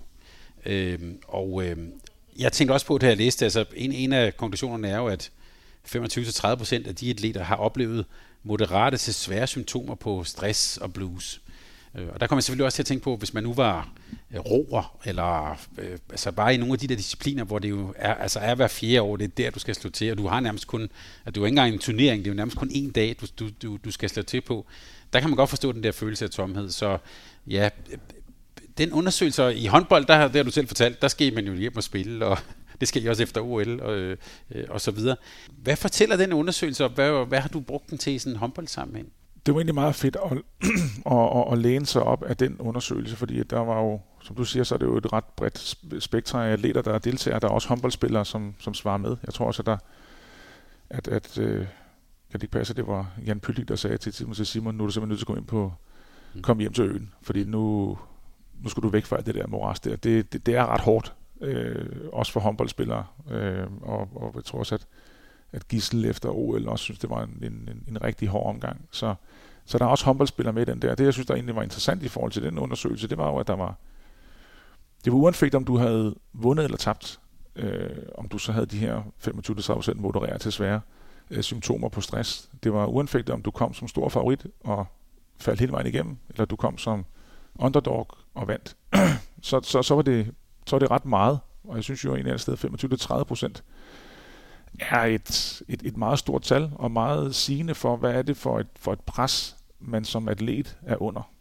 Jeg tænkte også på, da jeg læste, altså en af konklusionerne er jo, at 25-30% af de atleter har oplevet moderate til svære symptomer på stress og blues. Og der kommer jeg selvfølgelig også til at tænke på, hvis man nu var roer, eller altså bare i nogle af de der discipliner, hvor det jo er hver 4. år, det er der, du skal slå til, og du har nærmest kun, at du er ikke engang en turnering, det er jo nærmest kun 1 dag, du skal slå til på. Der kan man godt forstå den der følelse af tomhed. Så ja, den undersøgelse i håndbold, der har du selv fortalt, der skal man jo hjem og spille, og det skal I også efter OL og så videre. Hvad fortæller den undersøgelse, og hvad har du brugt den til i sådan en håndboldsammenhæng? Det var egentlig meget fedt at læne sig op af den undersøgelse, fordi der var jo, som du siger, så er det jo et ret bredt spektrum af atleter, der deltager. Der er også håndboldspillere, som svarer med. Jeg tror også, at kan det ikke passe, det var Jan Pyllik, der sagde til Simon, nu er du simpelthen nødt til at komme ind på, komme hjem til øen, fordi nu skal du væk fra det der moras der. Det er ret hårdt, også for håndboldspillere, og jeg tror også, at Gissel efter OL også synes, det var en rigtig hård omgang. Så der er også håndboldspillere med den der. Det, jeg synes, der egentlig var interessant i forhold til den undersøgelse, det var jo, at det var uanfægtet, om du havde vundet eller tabt, om du så havde de her 25-30% moderere til svære symptomer på stress. Det var uanfægtet, om du kom som stor favorit og faldt hele vejen igennem, eller du kom som underdog og vandt. så var det ret meget, og jeg synes jo egentlig, at stedet 25-30% er et meget stort tal, og meget sigende for, hvad er det for et pres, man som atlet er under.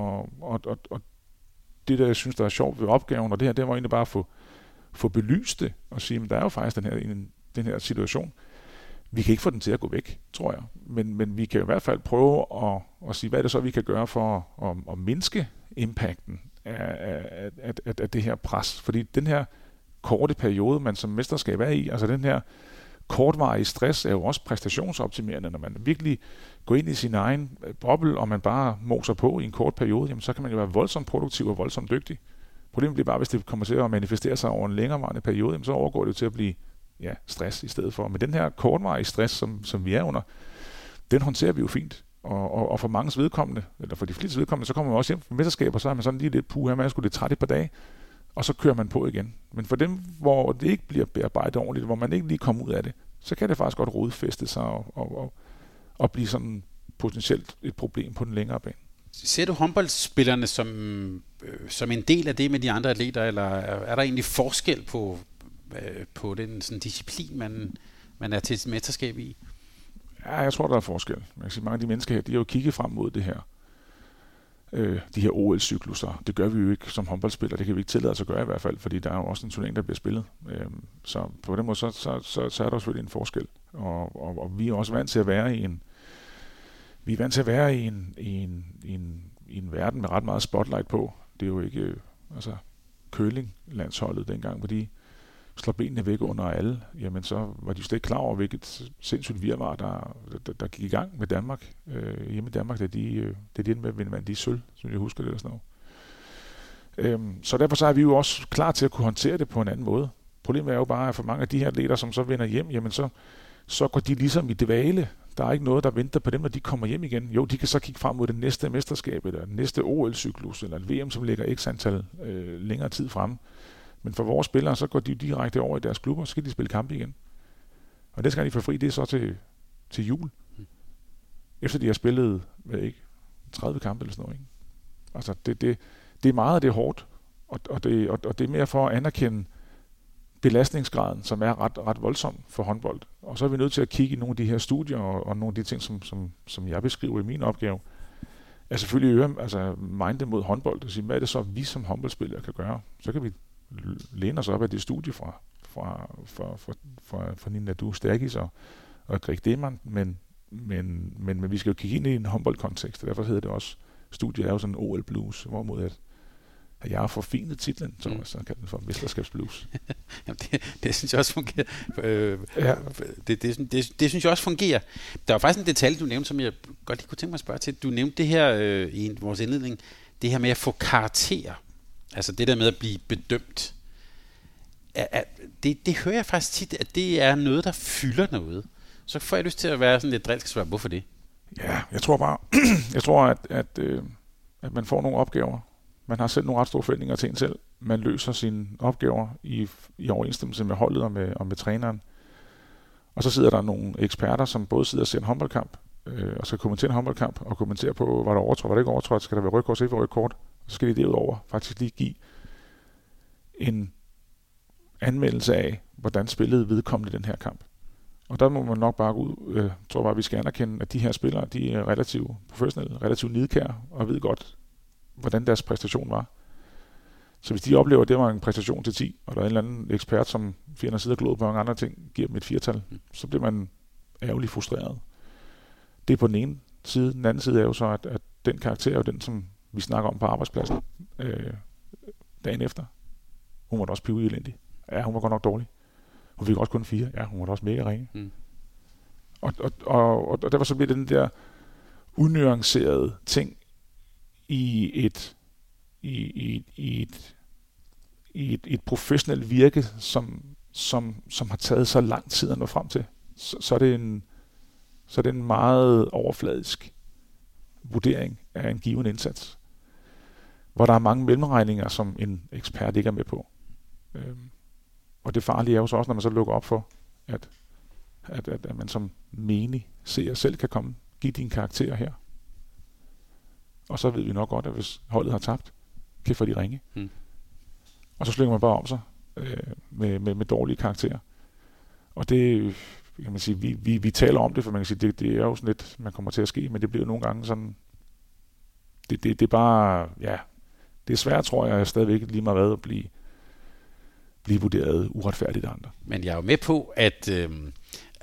Og det, der jeg synes, der er sjovt ved opgaven, og det var egentlig bare at få belyst det, og sige, at der er jo faktisk den her situation. Vi kan ikke få den til at gå væk, tror jeg. Men vi kan i hvert fald prøve at sige, hvad er det så, vi kan gøre for at mindske impacten af det her pres. Fordi den her korte periode, man som mesterskab er i. Altså den her kortvarige stress er jo også præstationsoptimerende. Når man virkelig går ind i sin egen boble, og man bare moser på i en kort periode, jamen så kan man jo være voldsomt produktiv og voldsomt dygtig. Problemet bliver bare, hvis det kommer til at manifestere sig over en længerevarende periode, jamen så overgår det jo til at blive stress i stedet for. Men den her kortvarige stress, som vi er under, den håndterer vi jo fint. Og for manges vedkommende, eller for de fleste vedkommende, så kommer man også hjem fra mesterskab, og så er man sådan lige lidt puha, man er sgu lidt træt et par dage, og så kører man på igen. Men for dem, hvor det ikke bliver bearbejdet ordentligt, hvor man ikke lige kommer ud af det, så kan det faktisk godt rodfæste sig og blive sådan potentielt et problem på den længere bane. Ser du håndboldspillerne som en del af det med de andre atleter, eller er der egentlig forskel på den sådan disciplin, man er til et mesterskab i? Ja, jeg tror, der er forskel. Man kan sige, mange af de mennesker her, de har jo kigget frem mod det her. De her OL-cykluser. Det gør vi jo ikke som håndboldspillere. Det kan vi ikke tillade os at gøre i hvert fald, fordi der er jo også en turnering, der bliver spillet. Så på den måde, så er der selvfølgelig en forskel. Og vi er også vant til at være i en verden med ret meget spotlight på. Det er jo ikke curling-landsholdet dengang, hvor de slår benene væk under alle, jamen så var de slet ikke klar over, hvilket sindssygt virvar, der gik i gang med Danmark. Hjemme i Danmark, da de endte med at vinde de sølv, som jeg husker det eller sådan noget. Så derfor så er vi jo også klar til at kunne håndtere det på en anden måde. Problemet er jo bare, at for mange af de her atleter, som så vender hjem, jamen så går de ligesom i dvale. Der er ikke noget, der venter på dem, når de kommer hjem igen. Jo, de kan så kigge frem mod det næste mesterskab, eller den næste OL-cyklus, eller et VM, som ligger x antal længere tid fremme. Men for vores spillere, så går de direkte over i deres klubber, så skal de spille kampe igen. Og det skal de få fri, det er så til jul. Efter de har spillet, 30 kampe eller sådan noget. Ikke? Altså, det er meget, det er hårdt. Og det er mere for at anerkende belastningsgraden, som er ret voldsom for håndbold. Og så er vi nødt til at kigge i nogle af de her studier, og nogle af de ting, som jeg beskriver i min opgave, er selvfølgelig mindet mod håndbold, og sige, hvad er det så, vi som håndboldspillere kan gøre? Så kan vi læne os op af det studie fra Nina Du Stærkis og Greg Demann, men vi skal jo kigge ind i en håndboldkontekst, og derfor hedder det også, studiet er jo sådan en OL Blues, hvorimod at jeg har forfinet titlen, så kalder den for Mesterskabsblues. Jamen det synes jeg også fungerer. Det synes jeg også fungerer. Der var faktisk en detalje, du nævnte, som jeg godt lige kunne tænke mig at spørge til. Du nævnte det her i vores indledning, det her med at få karakterer. Altså det der med at blive bedømt. Det hører jeg faktisk tit, at det er noget, der fylder noget. Så får jeg lyst til at være sådan lidt drilsk og svare, hvorfor det? Ja, jeg tror at man får nogle opgaver. Man har selv nogle ret store forventninger til en selv. Man løser sine opgaver i overensstemmelse med holdet og med træneren. Og så sidder der nogle eksperter, som både sidder og ser en håndboldkamp, og skal kommentere en håndboldkamp, og kommentere på, var der overtrådt, var det ikke overtrådt, skal der være rødt kort, så ikke rødt kort. Så skal de derudover faktisk lige give en anmeldelse af, hvordan spillede vedkommende den her kamp. Og der må man nok bare gå ud, tror bare, vi skal anerkende, at de her spillere, de er relativt professionelle, relativt nidkære, og ved godt, hvordan deres præstation var. Så hvis de oplever, at det var en præstation til 10, og der er en eller anden ekspert, som finder sidder og glod på mange andre ting, giver dem et 4-tal, så bliver man ærgerligt frustreret. Det er på den ene side. Den anden side er jo så, at den karakter er jo den, som vi snakker om på arbejdspladsen dagen efter. Hun var da også pive elendig. Ja, hun var godt nok dårlig. Hun fik også kun 4. Ja, hun var da også mega ringe. Og derfor så bliver den der unuancerede ting i et professionelt virke, som har taget så lang tid at nå frem til, så er det en meget overfladisk vurdering af en given indsats, hvor der er mange mellemregninger, som en ekspert ikke er med på. Og det farlige er jo så også, når man så lukker op for, at man som menig seer selv kan give dine karakterer her. Og så ved vi nok godt, at hvis holdet har tabt, kan få de ringe. Og så slynger man bare om sig med dårlige karakterer. Og det kan man sige, vi taler om det, for man kan sige, det er jo sådan lidt, man kommer til at ske, men det bliver nogle gange sådan, det er bare, ja, det er svært, tror jeg, stadigvæk lige meget hvad at blive vurderet uretfærdigt af andre. Men jeg er jo med på, at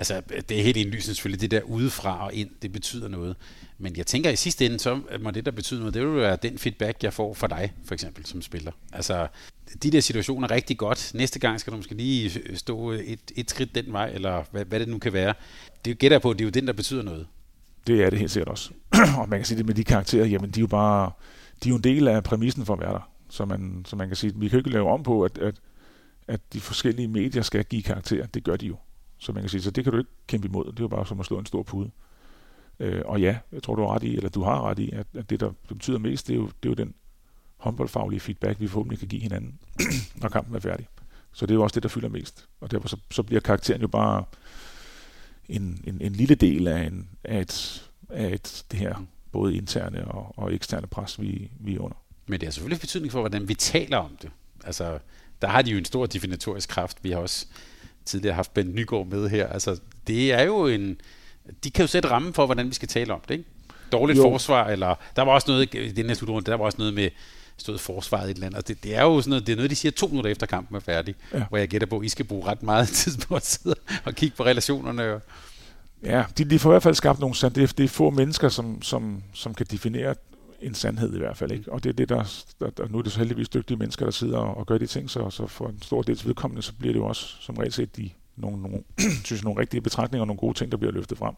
Altså, det er helt indlysende selvfølgelig, det der udefra og ind, det betyder noget. Men jeg tænker, i sidste ende, så må det, der betyder noget, det vil være den feedback, jeg får fra dig, for eksempel, som spiller. Altså, de der situationer er rigtig godt. Næste gang skal du måske lige stå et skridt den vej, eller hvad det nu kan være. Det gætter jeg på, det er jo den, der betyder noget. Det er det helt sikkert også. Og man kan sige det med de karakterer, jamen de er jo en del af præmissen for at være der. Så man kan sige, vi kan ikke lave om på, at de forskellige medier skal give karakterer. Det gør de jo. Så man kan sige, så det kan du ikke kæmpe imod. Det er jo bare som at slå en stor pude. Og ja, jeg tror, du har ret i, at det, der betyder mest, det er jo den håndboldfaglige feedback, vi forhåbentlig kan give hinanden, når kampen er færdig. Så det er jo også det, der fylder mest. Og derfor så bliver karakteren jo bare en lille del af det her, både interne og eksterne pres, vi er under. Men det har selvfølgelig betydning for, hvordan vi taler om det. Altså, der har de jo en stor definitorisk kraft. Vi har også tidligere haft Bent Nygaard med her. Altså, det er jo de kan jo sætte rammen for, hvordan vi skal tale om det, ikke? Dårligt forsvar, eller der var også noget i den her slutrunde, der var også noget med stået forsvaret i et eller andet. Og det er jo sådan noget, det er noget, de siger 2 minutter efter kampen er færdig, hvor jeg gætter på, at I skal bruge ret meget tid på at sidde og kigge på relationerne. Ja, de får i hvert fald skabt nogle det er få mennesker, som kan definere en sandhed i hvert fald, ikke? Og det er det, der nu er det så heldigvis dygtige mennesker, der sidder og gør de ting, så for en stor dels vedkommende, så bliver det jo også som regel set nogle rigtige betragtninger og nogle gode ting, der bliver løftet frem.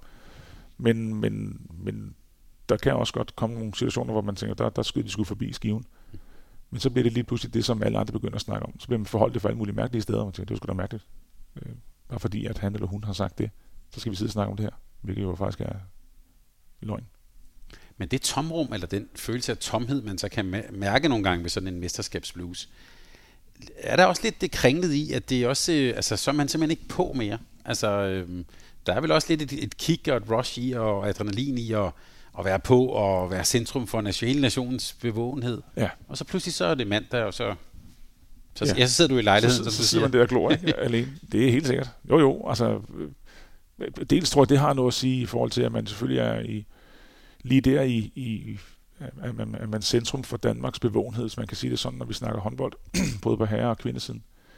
Men der kan også godt komme nogle situationer, hvor man tænker, der skyder de sgu forbi skiven. Men så bliver det lige pludselig det, som alle andre begynder at snakke om. Så bliver man forholdt det for alle mulige mærkelige steder, og man tænker, det er sgu da mærkeligt. Bare fordi, at han eller hun har sagt det, så skal vi sidde og snakke om det her, hvilket jo faktisk er løgn. Men det tomrum, eller den følelse af tomhed, man så kan mærke nogle gange ved sådan en mesterskabsblues, er der også lidt det kringlet i, at det også, altså så er man simpelthen ikke på mere. Altså, der er vel også lidt et kick og et rush i, og adrenalin i, at være på og være centrum for hele nationens bevågenhed. Ja. Og så pludselig så er det mandag, og så sidder du i lejligheden. Så sidder man der og glor, ikke? Alene. Det er helt sikkert. Jo, altså dels tror jeg, det har noget at sige i forhold til, at man selvfølgelig er lige der at man centrum for Danmarks bevågenhed, så man kan sige det sådan, når vi snakker håndbold, både på herre- og kvindesiden.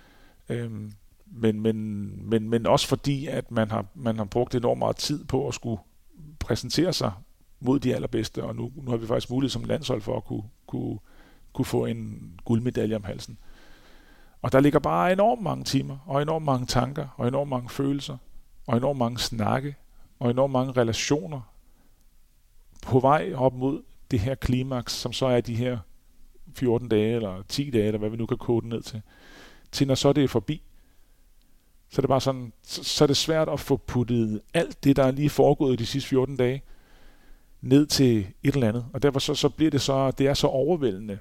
Men også fordi, at man har brugt enormt meget tid på at skulle præsentere sig mod de allerbedste, og nu har vi faktisk mulighed som landshold for at kunne få en guldmedalje om halsen. Og der ligger bare enormt mange timer, og enormt mange tanker, og enormt mange følelser, og enormt mange snakke, og enormt mange relationer på vej op mod det her klimaks, som så er de her 14 dage, eller 10 dage, eller hvad vi nu kan kode ned til når så det er forbi. Så er det bare sådan, så er det svært at få puttet alt det, der er lige foregået i de sidste 14 dage, ned til et eller andet. Og derfor så bliver det er så overvældende.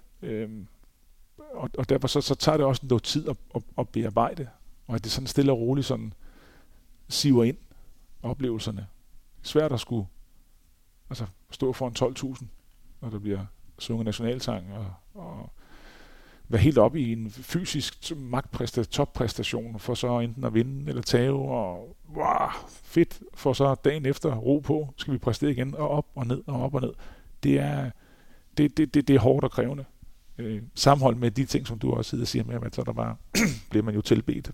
Og derfor så tager det også noget tid at bearbejde. Og at det sådan stille og roligt sådan siver ind oplevelserne. Svært at skulle stå foran 12.000, når der bliver sunget nationalsang, og være helt oppe i en fysisk toppræstation, for så enten at vinde eller tabe, og fedt, for så dagen efter ro på, skal vi præstere igen, og op og ned, og op og ned. Det er hårdt og krævende. Sammenhold med de ting, som du også sidder og siger med, at så der bare bliver man jo tilbedt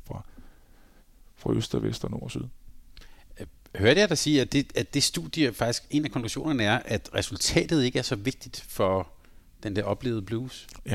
fra øst og vest og nord og syd. Hørte jeg dig sige, at det studie faktisk, en af konklusionerne er, at resultatet ikke er så vigtigt for den der oplevede blues? Ja.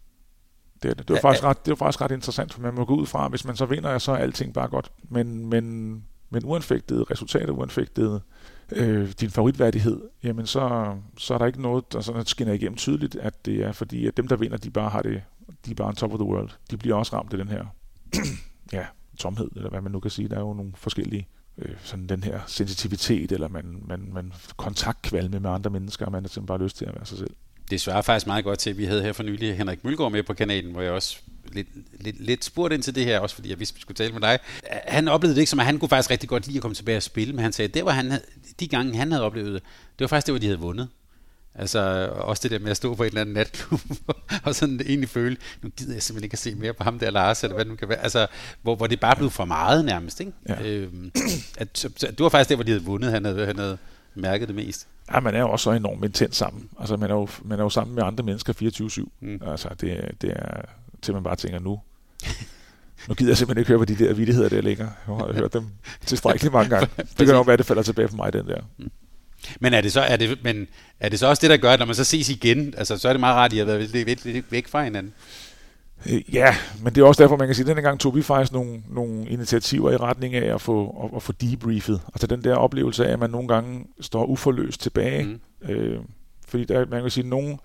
Det var faktisk ret interessant, for man må gå ud fra, hvis man så vinder, så er alting bare godt. Men uanfægtet resultatet, uanfægtet din favoritværdighed, jamen så er der ikke noget, der sådan skinner igennem tydeligt, at det er fordi, at dem, der vinder, de er bare on top of the world. De bliver også ramt af den her tomhed, eller hvad man nu kan sige. Der er jo nogle forskellige sådan den her sensitivitet, eller man kontaktkvalme med andre mennesker, og man har simpelthen bare lyst til at være sig selv. Det svarer faktisk meget godt til, at vi havde her for nylig Henrik Mølgaard med på kanalen, hvor jeg også lidt spurgte ind til det her, også fordi jeg vidste, vi skulle tale med dig. Han oplevede det ikke som, at han kunne faktisk rigtig godt lide at komme tilbage og spille, men han sagde, at de gange han havde oplevet det, det var faktisk det, hvor de havde vundet. Altså også det der med at stå på et eller andet natklub og sådan egentlig føle, nu gider jeg simpelthen ikke at se mere på ham der Lars, eller hvad det nu kan være. Altså, hvor det bare blev for meget nærmest, ikke? Ja. Det var faktisk det, hvor de havde vundet, han havde mærket det mest. Ja, man er jo også så enormt intens sammen. Altså, man er jo sammen med andre mennesker 24/7. Altså, det er til man bare tænker, nu Nu gider jeg simpelthen ikke høre på de der vittigheder der længere. Jeg har hørt dem tilstrækkeligt mange gange. Det kan nok være, det falder tilbage på mig, den der. Men er det så også det, der gør, at når man så ses igen, altså så er det meget rart, at I har været væk fra hinanden? Ja, men det er også derfor, man kan sige, at denne gang tog vi faktisk nogle initiativer i retning af at få debriefet. Altså den der oplevelse af, at man nogle gange står uforløst tilbage. Fordi der, man kan sige,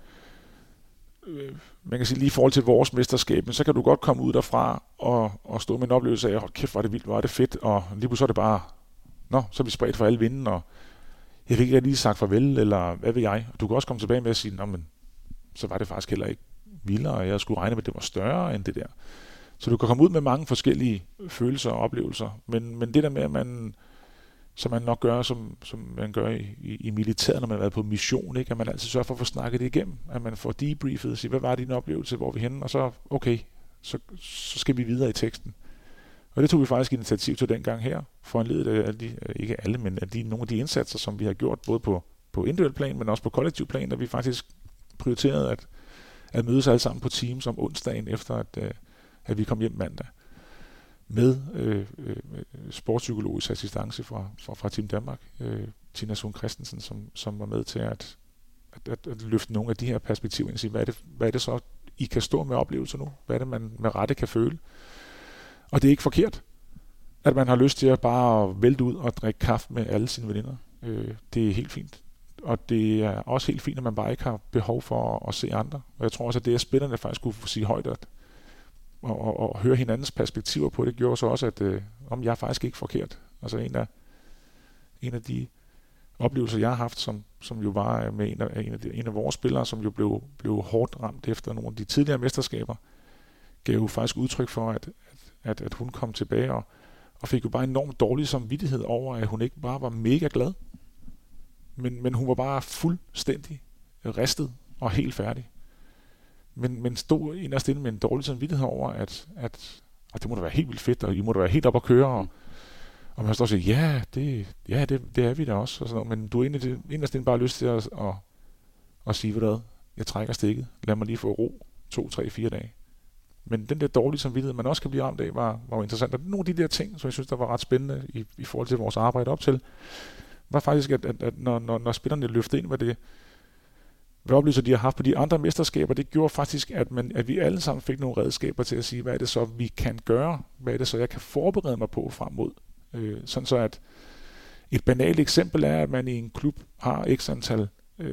man kan sige lige i forhold til vores mesterskab, men så kan du godt komme ud derfra og stå med en oplevelse af, hold kæft, hvor er det vildt, hvor er det fedt, og lige pludselig er det bare, så er vi spredt for alle vinden, og jeg fik ikke lige sagt farvel, eller hvad ved jeg. Og du kan også komme tilbage med at sige, men så var det faktisk heller ikke vildere, og jeg skulle regne med, at det var større end det der. Så du kan komme ud med mange forskellige følelser og oplevelser, men det der med, at man, som man nok gør, som man gør i militæret, når man har været på mission, ikke? At man altid sørger for at få snakket det igennem, at man får debriefet og siger, hvad var din oplevelse, hvor er vi henne, og så, okay, så skal vi videre i teksten. Og det tog vi faktisk initiativ til dengang her, foranledet af ikke alle, men af nogle af de indsatser, som vi har gjort, både på individuel plan, men også på kollektiv plan, der vi faktisk prioriterede at mødes alle sammen på Teams om onsdagen, efter at vi kom hjem mandag, med sportspsykologisk assistance fra Team Danmark, Tina Sund Christensen, som var med til at løfte nogle af de her perspektiver ind og sige, hvad er det så, I kan stå med oplevelser nu? Hvad er det, man med rette kan føle? Og det er ikke forkert, at man har lyst til at bare vælte ud og drikke kaffe med alle sine veninder. Det er helt fint. Og det er også helt fint, at man bare ikke har behov for at se andre. Og jeg tror også, at det, at spillerne faktisk kunne sige højt, og høre hinandens perspektiver på det, gjorde så også, at jeg er faktisk ikke forkert. Altså en af de oplevelser, jeg har haft, som jo var med en af vores spillere, som jo blev hårdt ramt efter nogle af de tidligere mesterskaber, gav jo faktisk udtryk for, at hun kom tilbage og fik jo bare enormt dårlig samvittighed over, at hun ikke bare var mega glad, men hun var bare fuldstændig ristet og helt færdig. Men stod inderst inde med en dårlig samvittighed over, at det må da være helt vildt fedt, og I må da være helt op at køre, og man står og siger, det er vi da også, og sådan noget. Men du er inderst inde bare lyst til at sige, hvad jeg trækker stikket, lad mig lige få ro 2, 3, 4 dage. Men den der dårlige samvittighed, man også kan blive ramt af, var jo interessant. Og nogle af de der ting, som jeg synes, der var ret spændende i forhold til vores arbejde op til, var faktisk, at når spillerne løftede ind, hvad oplevelser de har haft på de andre mesterskaber, det gjorde faktisk, at vi alle sammen fik nogle redskaber til at sige, hvad er det så, vi kan gøre? Hvad er det så, jeg kan forberede mig på frem mod? Sådan så, at et banalt eksempel er, at man i en klub har x antal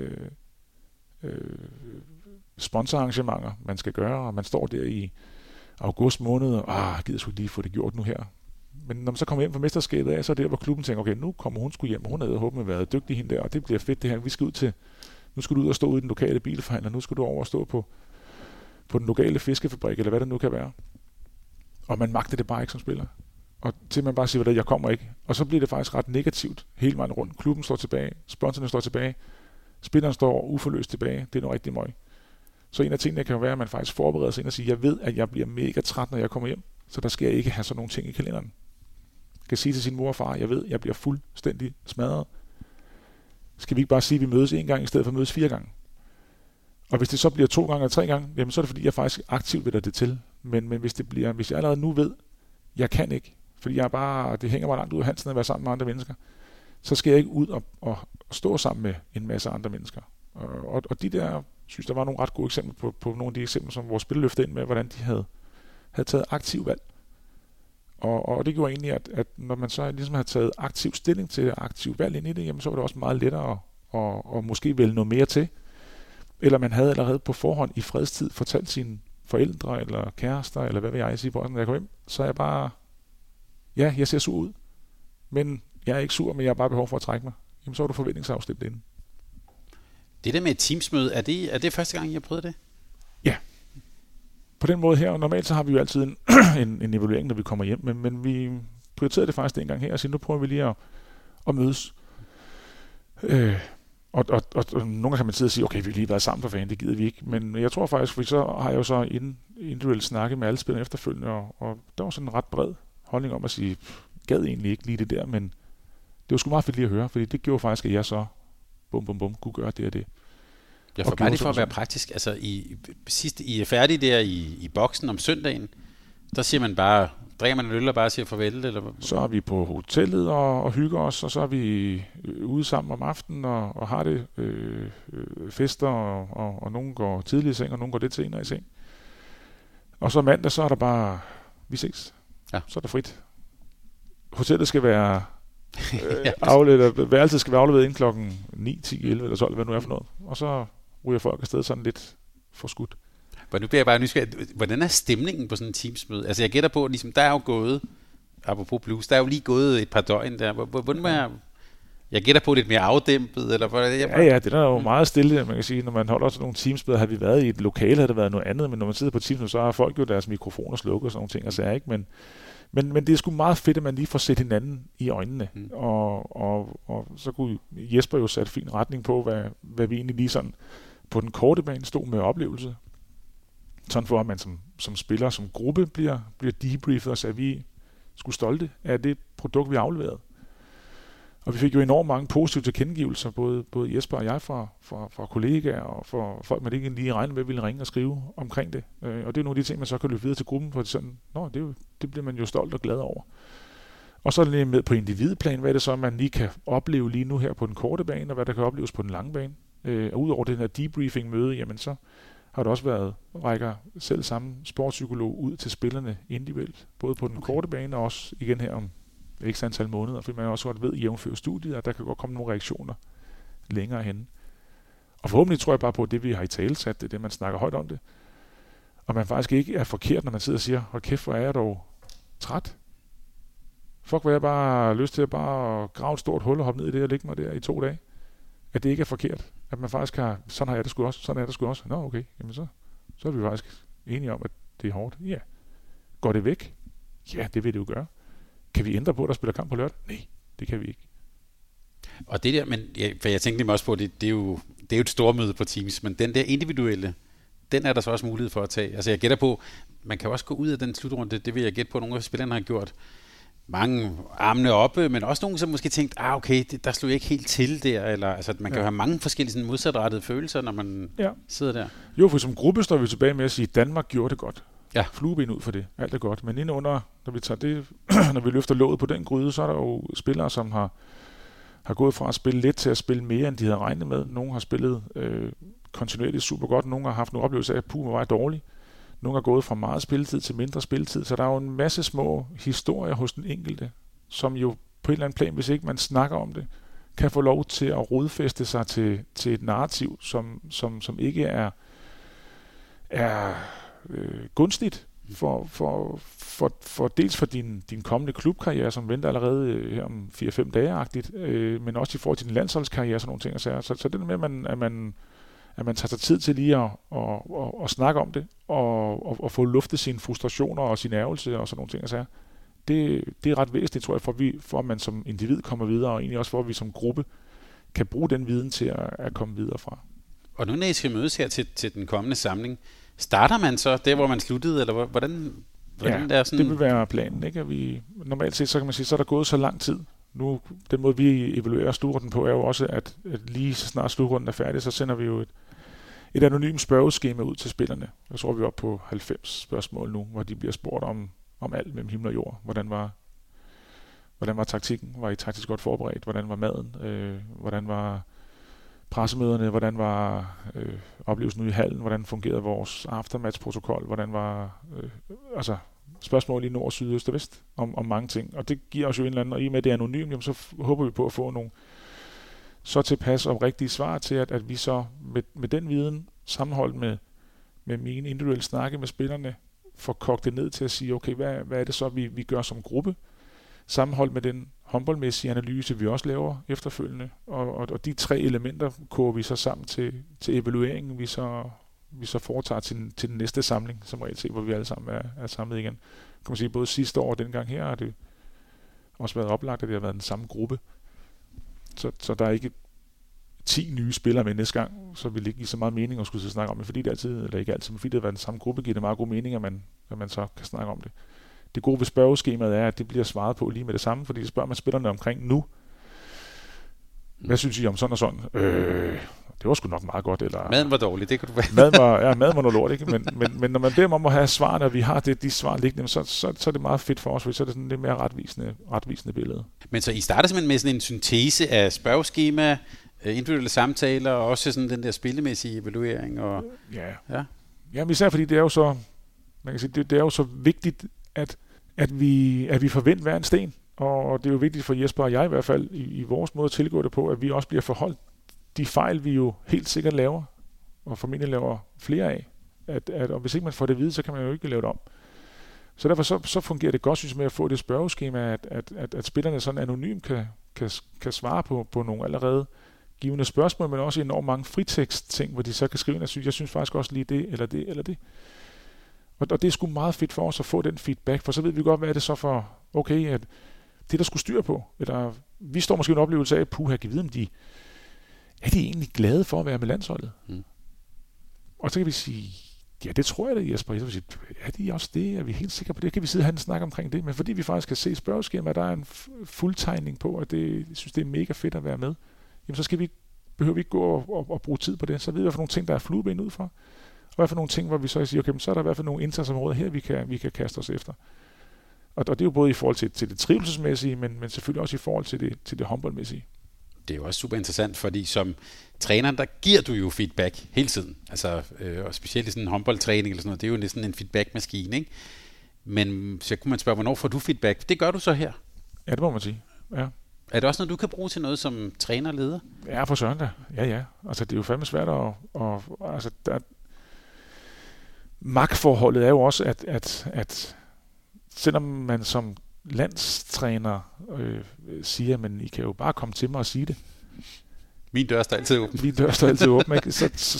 sponsorarrangementer, man skal gøre, og man står der i august måned, og gider sgu lige få det gjort nu her. Men når man så kommer hjem fra mesterskabet af, så er det der, hvor klubben tænker, okay, nu kommer hun sgu hjem, og hun havde håbet med at være dygtig hende der, og det bliver fedt det her. Nu skal du ud og stå i den lokale bilforhandler, nu skal du over og stå på den lokale fiskefabrik, eller hvad det nu kan være. Og man magter det bare ikke som spiller. Og til man bare siger, jeg kommer ikke. Og så bliver det faktisk ret negativt hele vejen rundt. Klubben står tilbage, sponsorerne står tilbage, spilleren står uforløst tilbage. Det er noget rigtig møg. Så en af tingene kan jo være, at man faktisk forbereder sig ind og siger, jeg ved, at jeg bliver mega træt, når jeg kommer hjem. Så der skal jeg ikke have sådan nogle ting i kalenderen. Jeg kan sige til sin mor og far, jeg ved, at jeg bliver fuldstændig smadret. Skal vi ikke bare sige, at vi mødes 1 gang, i stedet for at mødes 4 gange? Og hvis det så bliver 2 gange eller 3 gange, jamen så er det fordi, jeg faktisk aktivt vælger det til. Men hvis jeg allerede nu ved, jeg kan ikke, fordi det hænger mig langt ud af halsen at være sammen med andre mennesker, så skal jeg ikke ud og stå sammen med en masse andre mennesker. Og de der, synes der var nogle ret gode eksempler på nogle af de eksempler, som vores spil løftede ind med, hvordan de havde taget aktiv valg. Og det gjorde egentlig, at når man så ligesom havde taget aktiv stilling til aktiv valg ind i det, jamen så var det også meget lettere at måske vælge noget mere til. Eller man havde allerede på forhånd i fredstid fortalt sine forældre eller kærester, eller hvad vil jeg sige, når jeg kommer hjem, så er jeg bare, jeg ser sur ud, men jeg er ikke sur, men jeg har bare behov for at trække mig. Jamen så er du forventningsafstemt inde. Det der med et teamsmøde, er det første gang, I har prøvet det? Ja. På den måde her, og normalt så har vi jo altid en evaluering, når vi kommer hjem, men vi prioriterede det faktisk en gang her, og siger, nu prøver vi lige at mødes. Og nogle gange kan man sidde og sige, okay, vi har lige været sammen for fanden, det gider vi ikke. Men jeg tror faktisk, for så har jeg jo så individuelt snakket med alle spillerne efterfølgende, og der var sådan en ret bred holdning om at sige, gad egentlig ikke lige det der, men det var sgu meget fedt lige at høre, fordi det gjorde faktisk, at jeg så kunne gøre det og det. Jeg får bare lige for at være praktisk. Altså, I er færdige der i boksen om søndagen, der siger man bare Drikker man en øl og bare siger farvel? Eller? Så er vi på hotellet og hygger os, og så er vi ude sammen om aftenen og har det fester, og nogen går tidligt i seng, og nogen går lidt senere i seng. Og så mandag, så er der bare, vi ses. Ja. Så er der frit. Hotellet skal være afleveret, værelset skal være afleveret inden klokken 9, 10, 11 eller 12, hvad nu er for noget. Og så ryger folk afsted sådan lidt forskudt. Men nu bliver jeg bare nysgerrig. Hvordan er stemningen på sådan en teamsmøde? Altså jeg gætter på, ligesom, der er jo gået, apropos blues, der er jo lige gået et par døgn der. Hvordan er jeg gætter på lidt mere afdæmpet? Eller hvordan? Ja, det er jo meget stille, man kan sige. Når man holder sådan nogle teamsmøder, havde vi været i et lokale, havde det været noget andet, men når man sidder på teamsmøder, så har folk jo deres mikrofoner slukket og sådan nogle ting, og så er ikke, men det er sgu meget fedt, at man lige får set hinanden i øjnene. Og så kunne Jesper jo sætte fin retning på, hvad vi egentlig lige sådan på den korte bane stod med oplevelse. Sådan for, at man som spiller, som gruppe bliver debriefet og sagde, at vi skulle stolte af det produkt, vi afleverede. Og vi fik jo enormt mange positive tilkendegivelser, både Jesper og jeg fra kollegaer og fra folk, man ikke lige regnede med, ville ringe og skrive omkring det. Og det er nogle af de ting, man så kan løbe videre til gruppen, for sådan, det bliver man jo stolt og glad over. Og så er det med på individplan, hvad er det så, man lige kan opleve lige nu her på den korte bane, og hvad der kan opleves på den lange bane. Og udover den her debriefing-møde, jamen så har det også rækker selv samme sportspsykolog ud til spillerne individuelt, både på den korte bane og også igen her om x antal måneder, fordi man også godt ved i jævnfør studiet, at der kan godt komme nogle reaktioner længere hen. Og forhåbentlig tror jeg bare på, at det vi har i talesat, det er det, man snakker højt om det. Og man faktisk ikke er forkert, når man sidder og siger, hold kæft, hvor er jeg dog træt. Fuck, hvor jeg bare har lyst til at bare grave et stort hul og hoppe ned i det og ligge mig der i 2 dage. At det ikke er forkert. At man faktisk har, sådan har jeg det sgu også, sådan er det sgu også. Nå, okay, jamen så er vi faktisk enige om, at det er hårdt. Ja. Går det væk? Ja, det vil det jo gøre. Kan vi ændre på, at der spiller kamp på lørdag? Nej, det kan vi ikke. Og det der, men for jeg tænkte lige også på, det er jo et stormøde på Teams, men den der individuelle, den er der så også mulighed for at tage. Altså jeg gætter på, man kan også gå ud af den slutrunde, det vil jeg gætte på, at nogle af spillerne har gjort mange armene oppe, men også nogen, som måske tænkt, okay, der slog jeg ikke helt til der, eller altså man kan jo have mange forskellige sådan modsatrettede følelser, når man sidder der. Jo, for som gruppe står vi tilbage med at sige, at Danmark gjorde det godt. Ja. Flueben ud for det, alt er godt. Men indunder, når vi tager det, når vi løfter låget på den gryde, så er der jo spillere, som har gået fra at spille lidt til at spille mere, end de havde regnet med. Nogle har spillet kontinuerligt super godt, nogle har haft nogle oplevelser af, at hvor var dårlig. Nogle har gået fra meget spilletid til mindre spilletid, så der er jo en masse små historier hos den enkelte, som jo på et eller andet plan, hvis ikke man snakker om det, kan få lov til at rodfæste sig til et narrativ, som ikke er gunstigt for dels for din kommende klubkarriere, som venter allerede her om 4-5 dage-agtigt, men også i forhold til din landsholdskarriere, sådan nogle ting. Så det med, at man tager sig tid til lige at snakke om det, og få luftet sine frustrationer og sin ærgelse og sådan nogle ting. Det er ret væsentligt, tror jeg, for at man som individ kommer videre, og egentlig også for, at vi som gruppe kan bruge den viden til at komme videre fra. Og nu når I skal mødes her til den kommende samling, starter man så der, hvor man sluttede, eller hvordan der er sådan? Det vil være planen, ikke? At vi, normalt set, så kan man sige, så er der gået så lang tid. Nu, den måde, vi evaluerer slutrunden på, er jo også, at lige så snart slutrunden er færdig, så sender vi jo et anonymt spørgeskema ud til spillerne. Jeg tror, vi er oppe på 90 spørgsmål nu, hvor de bliver spurgt om alt mellem himmel og jord. Hvordan var taktikken? Var I taktisk godt forberedt? Hvordan var maden? Hvordan var pressemøderne? Hvordan var oplevelsen ude i hallen? Hvordan fungerede vores aftermatch-protokol? Hvordan var spørgsmål i nord, syd, øst og vest om mange ting. Og det giver os jo en eller anden, og i og med at det er anonymt, jamen, så håber vi på at få nogle så tilpas og rigtige svar til, at vi så med den viden, sammenholdt med mine individuelle snakke med spillerne, får kogt det ned til at sige, okay, hvad er det så, vi gør som gruppe, sammenholdt med den håndboldmæssige analyse, vi også laver efterfølgende, og de 3 elementer koger vi så sammen til evalueringen, vi så foretager til den næste samling, som regel set, hvor vi alle sammen er samlet igen. Kan man sige, både sidste år og dengang her har det også været oplagt, at det har været den samme gruppe. Så der er ikke 10 nye spillere med næste gang, så vil det ikke give så meget mening at skulle snakke om det, fordi det altid, eller ikke altid, men fordi det har været den samme gruppe, giver det meget god mening, at man så kan snakke om det. Det gode ved spørgeskemaet er, at det bliver svaret på lige med det samme, fordi det spørger man spillerne omkring nu. Hvad synes I om sådan og sådan? Det var sgu nok meget godt. Eller, maden var dårlig, det kunne du være. Maden var noget lort, ikke? Men når man beder om at have svarene, og vi har de svar liggende, så er det meget fedt for os, for så er det sådan lidt mere retvisende billede. Men så I starter simpelthen med sådan en syntese af spørgeskema, individuelle samtaler, og også sådan den der spillemæssige evaluering? Og Ja, især fordi det er jo så, man kan sige, det er jo så vigtigt, at vi forventer hver en sten. Og det er jo vigtigt for Jesper og jeg i hvert fald, i vores måde at tilgå det på, at vi også bliver forholdt de fejl, vi jo helt sikkert laver, og formentlig laver flere af. Og hvis ikke man får det at vide, så kan man jo ikke lave det om. Så derfor så fungerer det godt, synes jeg, med at få det spørgeskema, at spillerne sådan anonymt kan svare på nogle allerede givende spørgsmål, men også enormt mange fritekst-ting, hvor de så kan skrive ind, at jeg synes faktisk også lige det, eller det, eller det. Og det er sgu meget fedt for os at få den feedback, for så ved vi godt, hvad er det så for, okay, at det der skulle styr på, eller vi står måske en oplevelse af, puha, kan vide, om er de egentlig glade for at være med landsholdet? Og så kan vi sige, ja, det tror jeg da, Jesper. Så vil sige, er de også det? Er vi helt sikre på det? Kan vi sidde og have en snak omkring det? Men fordi vi faktisk kan se spørgeskemaet, der er en fuldtegning på, at jeg synes, det er mega fedt at være med, jamen så behøver vi ikke gå og bruge tid på det. Så ved vi, hvad for nogle ting, der er flueben ud fra, og hvad for nogle ting, hvor vi så siger, okay, så er der i hvert fald nogle indsatsområder her, vi kan kaste os efter. Og det er jo både i forhold til det trivselsmæssige, men selvfølgelig også i forhold til det håndboldmæssige. Det er jo også super interessant, fordi som træner, der giver du jo feedback hele tiden. Altså, og specielt i sådan en håndboldtræning eller sådan noget, det er jo næsten en feedback-maskine, ikke? Men så kunne man spørge, hvornår får du feedback? Det gør du så her. Ja, det må man sige. Ja. Er det også noget, du kan bruge til noget som træner og leder? Ja, for søren da. Ja. Altså, det er jo fandme svært altså, magtforholdet er jo også, at selvom man som landstræner siger, men I kan jo bare komme til mig og sige det. Min dør står altid åben. Min dør står altid åben, ikke?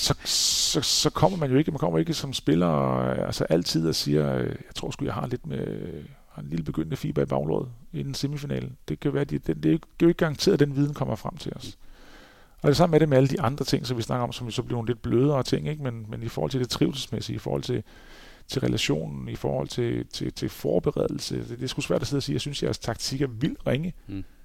Så kommer man jo ikke. Man kommer ikke som spiller altså altid og siger, jeg tror sgu, jeg har en lille begyndende fiber i baglåret inden semifinalen. Det kan være, det er jo ikke garanteret, at den viden kommer frem til os. Og det samme er det med alle de andre ting, som vi snakker om, som vi så bliver nogle lidt blødere ting, ikke? Men i forhold til det trivselsmæssige, i forhold til relationen, i forhold til forberedelse. Det er sgu svært at sidde og sige, jeg synes, jeres taktik er vildt ringe.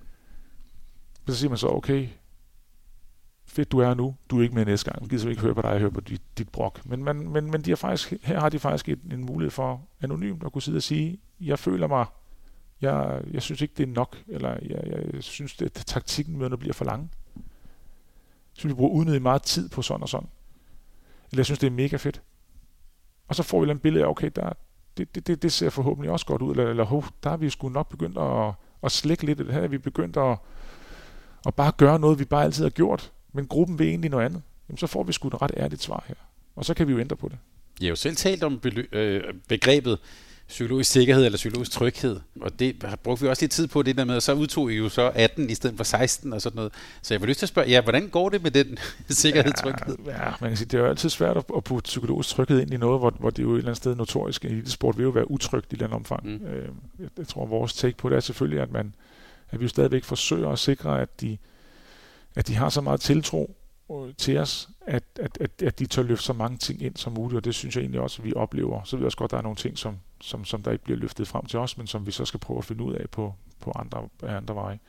Så siger man så, okay, fedt du er nu, du er ikke med næste gang. Jeg gider så ikke høre på dig, jeg hører på dit brok. Men her har de faktisk en mulighed for anonymt at kunne sidde og sige, jeg føler mig, jeg synes ikke, det er nok, eller jeg synes, at taktikken møderne bliver for lange. Jeg synes, vi bruger unødigt meget tid på sådan og sådan. Eller jeg synes, det er mega fedt. Og så får vi et billede af, okay, det ser forhåbentlig også godt ud, eller der er vi sgu nok begyndt at slække lidt. Her er vi begyndt at bare gøre noget, vi bare altid har gjort, men gruppen vil egentlig noget andet. Jamen, så får vi sgu et ret ærligt svar her. Og så kan vi jo ændre på det. Jeg har jo selv talt om begrebet psykologisk sikkerhed eller psykologisk tryghed, og det brugte vi også lidt tid på det der med, og så udtog I jo så 18 i stedet for 16 og sådan noget. Så jeg var lyst til at spørge, hvordan går det med den sikkerhed og tryghed? Ja, man kan sige, det er jo altid svært at putte psykologisk tryghed ind i noget, hvor det jo et eller andet sted notorisk, i det sport vil jo være utrygt i den omfang. Jeg tror, vores take på det er selvfølgelig, at vi jo stadigvæk forsøger at sikre, at de har så meget tiltro til os, at de tør løfte så mange ting ind som muligt, og det synes jeg egentlig også, at vi oplever. Så ved jeg også godt, at der er nogle ting, som der ikke bliver løftet frem til os, men som vi så skal prøve at finde ud af på andre veje.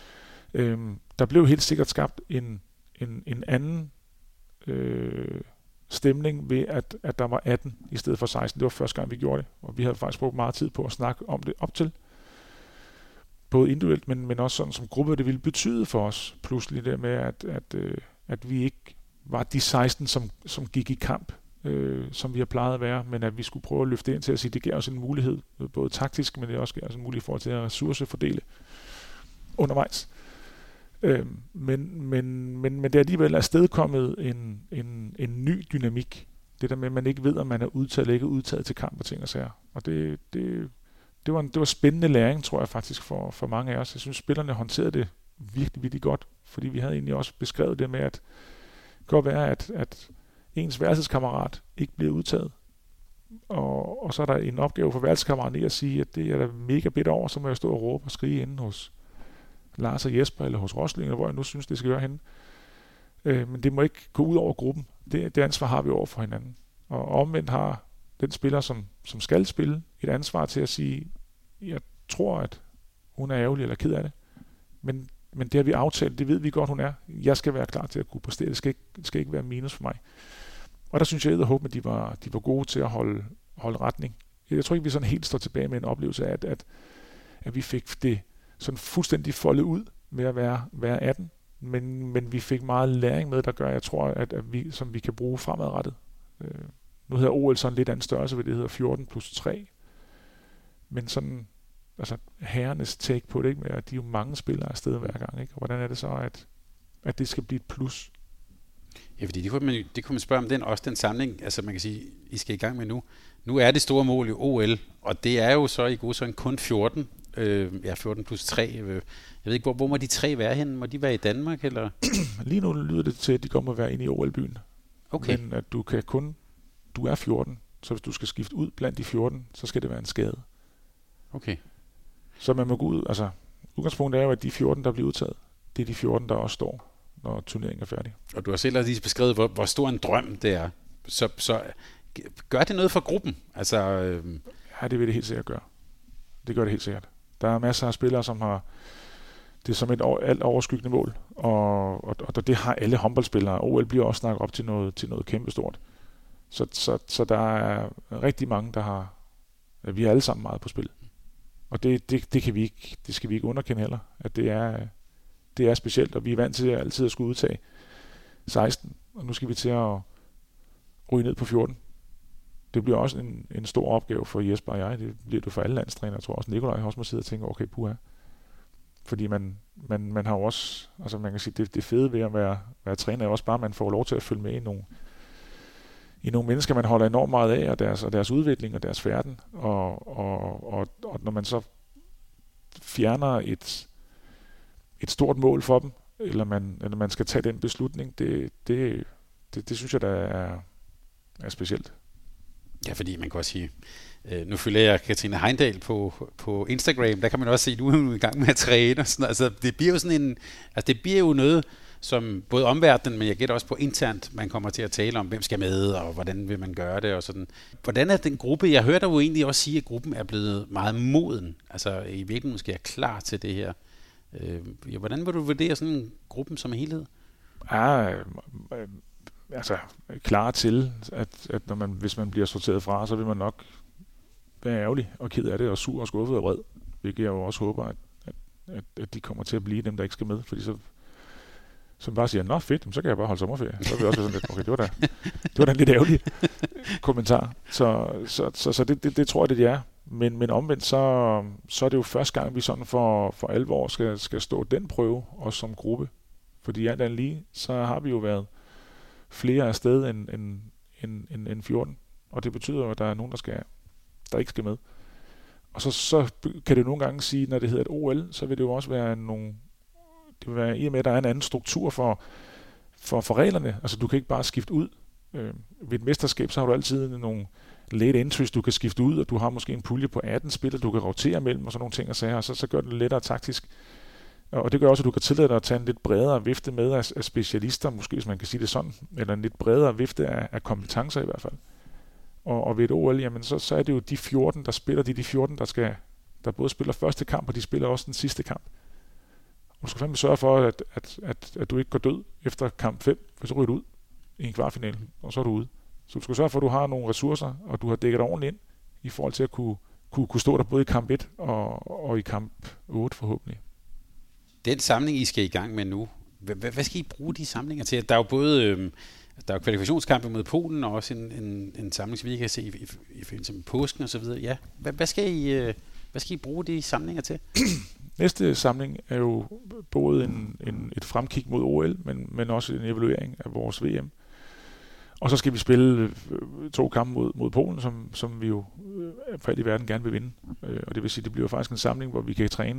Der blev helt sikkert skabt en anden stemning ved, at der var 18 i stedet for 16. Det var første gang, vi gjorde det, og vi havde faktisk brugt meget tid på at snakke om det op til. Både individuelt, men også sådan som gruppe, det ville betyde for os pludselig det med, at vi ikke var de 16, som gik i kamp, som vi har plejet at være, men at vi skulle prøve at løfte ind til at sige, at det giver os en mulighed, både taktisk, men det også giver os en mulighed i forhold til at ressourcefordele undervejs. Men det er alligevel afstedkommet en ny dynamik. Det der med, at man ikke ved, om man er udtaget eller ikke udtaget til kamp og ting og sager. Og det var spændende læring, tror jeg faktisk, for mange af os. Jeg synes, spillerne håndterede det virkelig, virkelig godt, fordi vi havde egentlig også beskrevet det med, at det kan godt være, at ens værelseskammerat ikke bliver udtaget. Og så er der en opgave for værelseskammeraten i at sige, at det er der mega bitter over, så må jeg stå og råbe og skrige inde hos Lars og Jesper, eller hos Rosling, eller hvor jeg nu synes, det skal gøre henne. Men det må ikke gå ud over gruppen. Det ansvar har vi over for hinanden. Og omvendt har den spiller, som skal spille, et ansvar til at sige, jeg tror, at hun er ærgerlig eller ked af det. Men Men det har vi aftalt, det ved vi godt, hun er. Jeg skal være klar til at kunne præstere. Det skal ikke være minus for mig. Og der synes jeg, at de var gode til at holde retning. Jeg tror ikke, vi sådan helt står tilbage med en oplevelse af, at vi fik det sådan fuldstændig foldet ud med at være 18. Men vi fik meget læring med, der gør, jeg tror, at vi, som vi kan bruge fremadrettet. Nu hedder OL sådan lidt anden størrelse, hvad det hedder 14 plus 3. Men sådan, altså herrenes take på det, ikke? Med, at de er jo mange spillere afsted hver gang, ikke? Og hvordan er det så, at det skal blive et plus? Ja, fordi det kunne man spørge om den samling, altså man kan sige, I skal i gang med nu. Nu er det store mål jo OL, og det er jo så i god sådan kun 14. 14 plus 3. Jeg ved ikke, hvor må de 3 være henne? Må de være i Danmark, eller? Lige nu lyder det til, at de kommer at være inde i OL-byen. Okay. Men at du er 14, så hvis du skal skifte ud blandt de 14, så skal det være en skade. Okay. Så man må gå ud, altså udgangspunktet er jo, at de 14, der bliver udtaget, det er de 14, der også står, når turneringen er færdig. Og du har selv lige beskrevet, hvor stor en drøm det er. Så gør det noget for gruppen? Altså, Ja, det vil det helt sikkert gøre. Det gør det helt sikkert. Der er masser af spillere, som har det som et alt overskyggende mål, og det har alle håndboldspillere. OL bliver også snakket op til noget kæmpestort. Så der er rigtig mange, der har. Vi er alle sammen meget på spil. Og det kan vi ikke, det skal vi ikke underkende heller, at det er specielt, og vi er vant til altid at skulle udtage 16, og nu skal vi til at ryge ned på 14. Det bliver også en stor opgave for Jesper og jeg. Det bliver det for alle landstrænere. Jeg tror også, Nikolaj også må sidde og tænke, okay, puha. Fordi man har jo også, altså man kan sige, det fede ved at være træner er også bare, at man får lov til at følge med i nogle mennesker, man holder enormt meget af, og deres udvikling og deres færden. Og når man så fjerner et stort mål for dem, eller man skal tage den beslutning, det synes jeg, der er specielt. Ja, fordi man kan også sige, nu følger jeg Katrine Heindal på Instagram, der kan man også se, at nu er hun i gang med at træne og sådan. Altså det bliver jo sådan det bliver jo noget, som både omverdenen, men jeg gætter også på internt, man kommer til at tale om, hvem skal med, og hvordan vil man gøre det, og sådan. Hvordan er den gruppe? Jeg hørte jo egentlig også sige, at gruppen er blevet meget moden, altså i virkeligheden måske er klar til det her. Hvordan vil du vurdere sådan en gruppen som helhed? Altså klar til, at hvis man bliver sorteret fra, så vil man nok være ærgerlig og ked af det, og sur og skuffet og vred, hvilket jeg jo også håber, at de kommer til at blive dem, der ikke skal med, fordi så bare siger, nå fedt, så kan jeg bare holde sommerferie. Så vil jeg også være sådan lidt, okay, det var da en lidt ærgerlig kommentar. Så det tror jeg, det er. Men omvendt, så er det jo første gang, vi sådan for alvor skal stå den prøve, også som gruppe. Fordi alt andet lige, så har vi jo været flere afsted end 14. Og det betyder jo, at der er nogen, der ikke skal med. Og så kan det nogle gange sige, når det hedder et OL, så vil det jo også være det vil være i og med, at der er en anden struktur for reglerne. Altså du kan ikke bare skifte ud. Ved et mesterskab, så har du altid nogle late entries, du kan skifte ud, og du har måske en pulje på 18 spillere, du kan rotere mellem og sådan nogle ting og sager, og så gør det lettere taktisk. Og det gør også, at du kan tillade dig at tage en lidt bredere vifte med af specialister, måske hvis man kan sige det sådan, eller en lidt bredere vifte af kompetencer i hvert fald. Og ved et OL, jamen så er det jo de 14, der spiller, de 14, der både spiller første kamp, og de spiller også den sidste kamp. Og du skal fandme sørge for, at du ikke går død efter kamp 5, for så ryger du ud i en kvartfinale, og så er du ude. Så du skal sørge for, at du har nogle ressourcer, og du har dækket ordentligt ind, i forhold til at kunne stå der både i kamp 1 og i kamp 8 forhåbentlig. Den samling, I skal i gang med nu, hvad skal I bruge de samlinger til? Der er jo både der er kvalifikationskampe mod Polen, og også en samling, som vi kan se i forbindelse med påsken og så videre. Ja, hvad skal I bruge de samlinger til? Næste samling er jo både et fremkig mod OL, men også en evaluering af vores VM. Og så skal vi spille 2 kampe mod Polen, som vi jo for alt i verden gerne vil vinde. Og det vil sige, det bliver faktisk en samling, hvor vi kan træne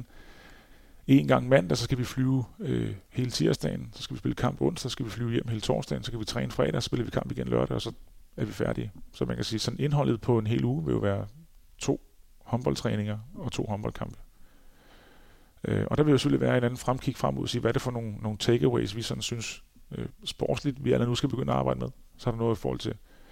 en gang mandag, så skal vi flyve hele tirsdagen, så skal vi spille kamp onsdag, så skal vi flyve hjem hele torsdagen, så kan vi træne fredag, så spiller vi kamp igen lørdag, og så er vi færdige. Så man kan sige, sådan indholdet på en hel uge vil jo være 2 håndboldtræninger og 2 håndboldkampe. Og der vil jo selvfølgelig være en anden fremkig frem ud og sige, hvad er det for nogle takeaways, vi sådan synes sportsligt, vi alle nu skal begynde at arbejde med. Så er der noget i forhold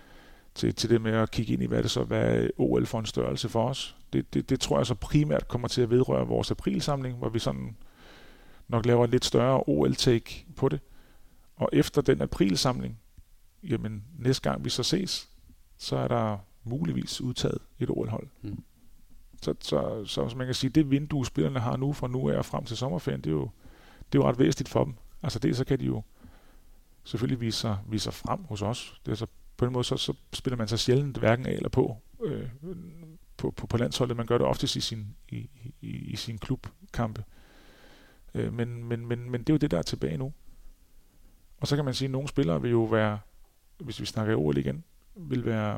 til det med at kigge ind i, hvad er OL for en størrelse for os. Det tror jeg så primært kommer til at vedrøre vores aprilsamling, hvor vi sådan nok laver et lidt større OL-take på det. Og efter den aprilsamling, jamen næste gang vi så ses, så er der muligvis udtaget et OL-hold. Så som man kan sige, det vindue spillerne har nu fra nu af og frem til sommerferien, det er jo ret væsentligt for dem. Altså det, så kan de jo selvfølgelig vise sig frem hos os. Det er så, på den måde så spiller man sig sjældent hverken af eller på landsholdet. Man gør det oftest i sin klubkampe. Men det er jo det, der er tilbage nu. Og så kan man sige, at nogle spillere vil jo være, hvis vi snakker OL igen, vil være,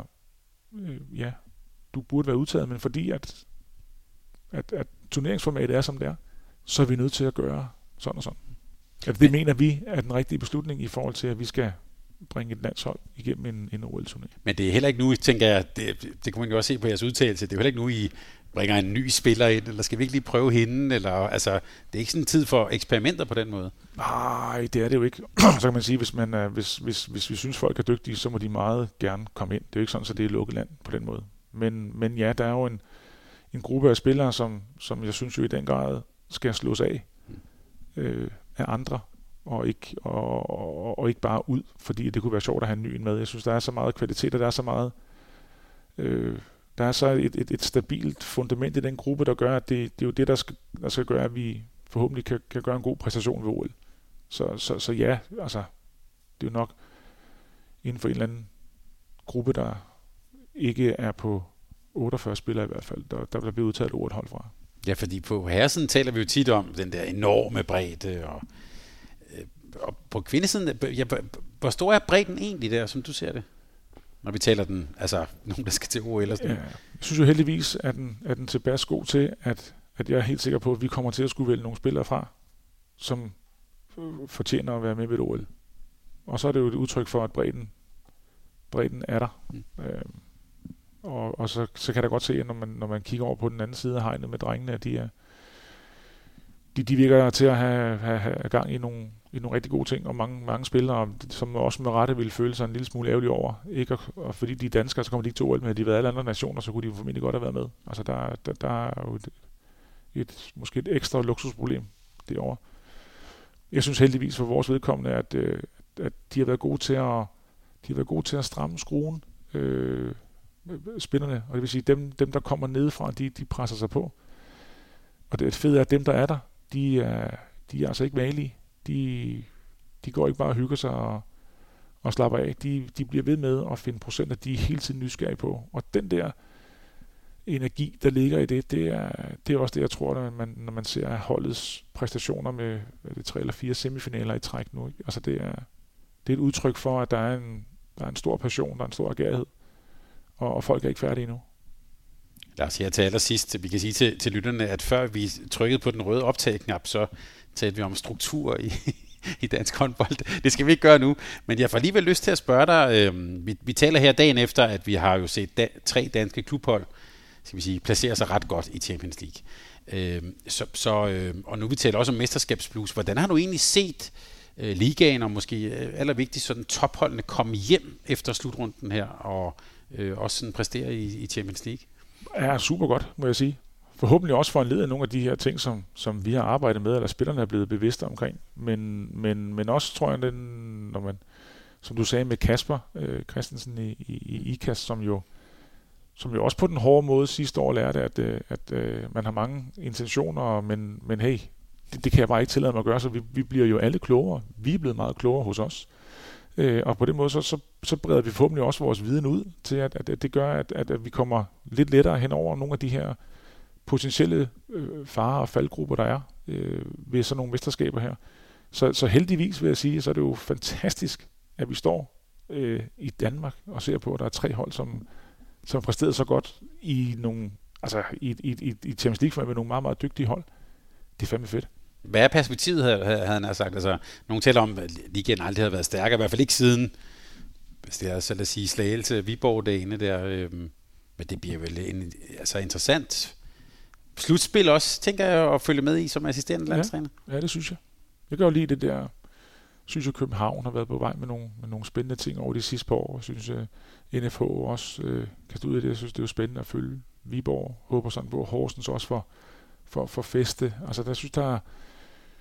du burde være udtaget, men fordi at turneringsformatet er, som det er, så er vi nødt til at gøre sådan og sådan. Altså, det mener vi er den rigtige beslutning i forhold til, at vi skal bringe et landshold igennem en OL-turné. Men det er heller ikke nu, tænker jeg, det kunne man jo også se på jeres udtalelse, det er jo heller ikke nu, I bringer en ny spiller ind, eller skal vi ikke lige prøve hende, eller altså, det er ikke sådan en tid for eksperimenter på den måde. Nej, det er det jo ikke. Så kan man sige, hvis vi synes, folk er dygtige, så må de meget gerne komme ind. Det er jo ikke sådan, så det er lukket land på den måde. Men ja, der er jo en gruppe af spillere, som jeg synes jo i den grad skal slås af andre, og ikke bare ud, fordi det kunne være sjovt at have en ny med. Jeg synes, der er så meget kvalitet, og der er så meget der er så et stabilt fundament i den gruppe, der gør, at det er jo det, der skal gøre, at vi forhåbentlig kan gøre en god præstation ved OL. Så ja, altså, det er jo nok inden for en eller anden gruppe, der ikke er på 48 spillere i hvert fald, der bliver udtaget et OL-hold fra. Ja, fordi på herresiden taler vi jo tit om den der enorme bredde, og på kvindesiden, hvor stor er bredden egentlig der, som du ser det? Når vi taler den, altså nogen, der skal til OL eller sådan. Ja, jeg synes jo heldigvis, at den tilbage god til, at jeg er helt sikker på, at vi kommer til at skulle vælge nogle spillere fra, som fortjener at være med ved OL. Og så er det jo et udtryk for, at bredden er der. Og så kan jeg godt se, at når man kigger over på den anden side af hegnet med drengene, at de virker til at have gang i nogle rigtig gode ting, og mange spillere, som også med rette ville føle sig en lille smule ærgerlige over. Og fordi de er danskere, så kommer de ikke til OL, men havde de været alle andre nationer, så kunne de formentlig godt have været med. Altså der er jo måske et ekstra luksusproblem derovre. Jeg synes heldigvis for vores vedkommende, at de har været gode til at stramme skruen, spillerne, og det vil sige, dem der kommer nedefra, de presser sig på. Og det fede er, at dem der er der, de er altså ikke valige. De går ikke bare og hygger sig og slapper af. De bliver ved med at finde procenter, de er hele tiden nysgerrige på. Og den der energi, der ligger i det er også det, jeg tror, når man ser holdets præstationer med 3 eller 4 semifinaler i træk nu. Ikke? Altså det er et udtryk for, at der er en stor passion, der er en stor agerighed. Og folk er ikke færdige endnu. Lad os her til allersidst. Vi kan sige til lytterne, at før vi trykkede på den røde optag-knap, så talte vi om struktur i dansk håndbold. Det skal vi ikke gøre nu, men jeg får alligevel lyst til at spørge dig. Vi taler her dagen efter, at vi har jo set 3 danske klubhold, skal vi sige, placere sig ret godt i Champions League. Og nu vi taler også om mesterskabsblues. Hvordan har du egentlig set ligaen, og måske allervigtigst sådan topholdene komme hjem efter slutrunden her, og også sådan præstere i Champions League? Ja, super godt, må jeg sige. Forhåbentlig også foranlediget nogle af de her ting, som vi har arbejdet med, eller spillerne er blevet bevidste omkring. Men også, tror jeg, når man, som du sagde med Kasper Christensen i IKAS, som jo også på den hårde måde sidste år lærte, at man har mange intentioner, men hey, det kan jeg bare ikke tillade mig at gøre, så vi bliver jo alle klogere. Vi er blevet meget klogere hos os. Og på den måde, så breder vi forhåbentlig også vores viden ud til, at det gør, at vi kommer lidt lettere hen over nogle af de her potentielle farer og faldgrupper, der er ved sådan nogle mesterskaber her. Så heldigvis vil jeg sige, så er det jo fantastisk, at vi står i Danmark og ser på, at der er 3 hold, som præsteret så godt i nogle, altså i Champions League med nogle meget, meget dygtige hold. Det er fandme fedt. Hvad er perspektivet, havde han sagt? Altså, nogen taler om, at ligaen aldrig har været stærkere, i hvert fald ikke siden, hvis det er så at sige, Slagelse, Viborg det ene der. Men det bliver vel interessant slutspil også, tænker jeg, at følge med i som assisterende landstræner. Ja, det synes jeg. Jeg kan jo lide det der. Synes jeg, København har været på vej med nogle spændende ting over de sidste par år. Jeg synes, NFH også kan stå ud af det. Jeg synes, det er jo spændende at følge. Viborg håber sådan på Horsens også for feste. Altså, der synes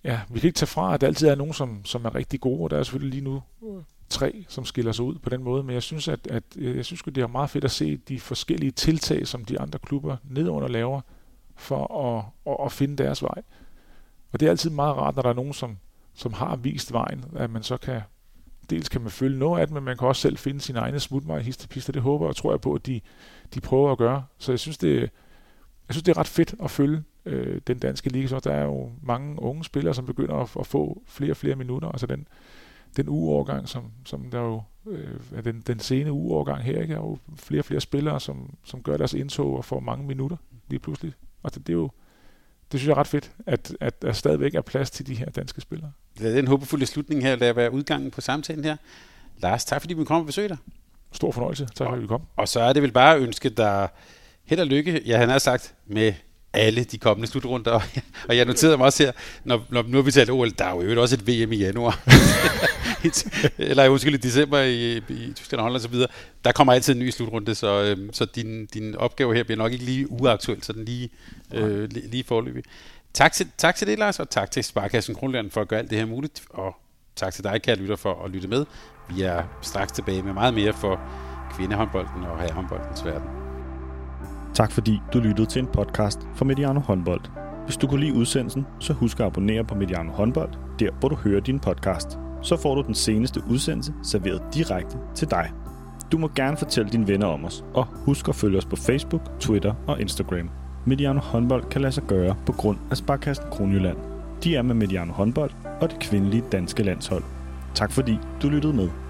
vi kan ikke tage fra, at der altid er nogen, som er rigtig gode, og der er selvfølgelig lige nu 3, som skiller sig ud på den måde, men jeg synes, at det er meget fedt at se de forskellige tiltag, som de andre klubber nedunder laver, for at finde deres vej. Og det er altid meget rart, når der er nogen, som har vist vejen, at man så kan, dels kan man følge noget af det, men man kan også selv finde sin egne smutvej, histepister. Det håber og tror jeg på, at de prøver at gøre. Så jeg synes, det er ret fedt at følge den danske liga. Så der er jo mange unge spillere, som begynder at få flere og flere minutter. Altså den ugeårgang, som der jo er den sene ugeårgang her, ikke? Er jo flere og flere spillere, som gør deres indtog og får mange minutter lige pludselig. Og det er jo, det synes jeg er ret fedt, at der stadigvæk er plads til de her danske spillere. Det er den håbefulde slutning her, lad være udgangen på samtalen her. Lars, tak fordi vi kom og besøge dig. Stor fornøjelse. Tak fordi vi kom. Og så er det vel bare at ønske dig held og lykke, han har sagt, med alle de kommende slutrunder. Og jeg noterede mig også her, når nu har vi talt OL, der er jo også et VM i januar. Eller undskyld, i december i Tyskland og Holland og så videre. Der kommer altid en ny slutrunde, så din opgave her bliver nok ikke lige uaktuel, så den lige forløbig. Tak til det, Lars, og tak til Sparkassen Kronjylland for at gøre alt det her muligt. Og tak til dig, kære lytter, for at lytte med. Vi er straks tilbage med meget mere for kvindehåndbolden og herrehåndboldens verden. Tak fordi du lyttede til en podcast fra Mediano Håndbold. Hvis du kunne lide udsendelsen, så husk at abonnere på Mediano Håndbold, der hvor du hører din podcast. Så får du den seneste udsendelse serveret direkte til dig. Du må gerne fortælle dine venner om os, og husk at følge os på Facebook, Twitter og Instagram. Mediano Håndbold kan lade sig gøre på grund af Sparkassen Kronjylland. De er med Mediano Håndbold og det kvindelige danske landshold. Tak fordi du lyttede med.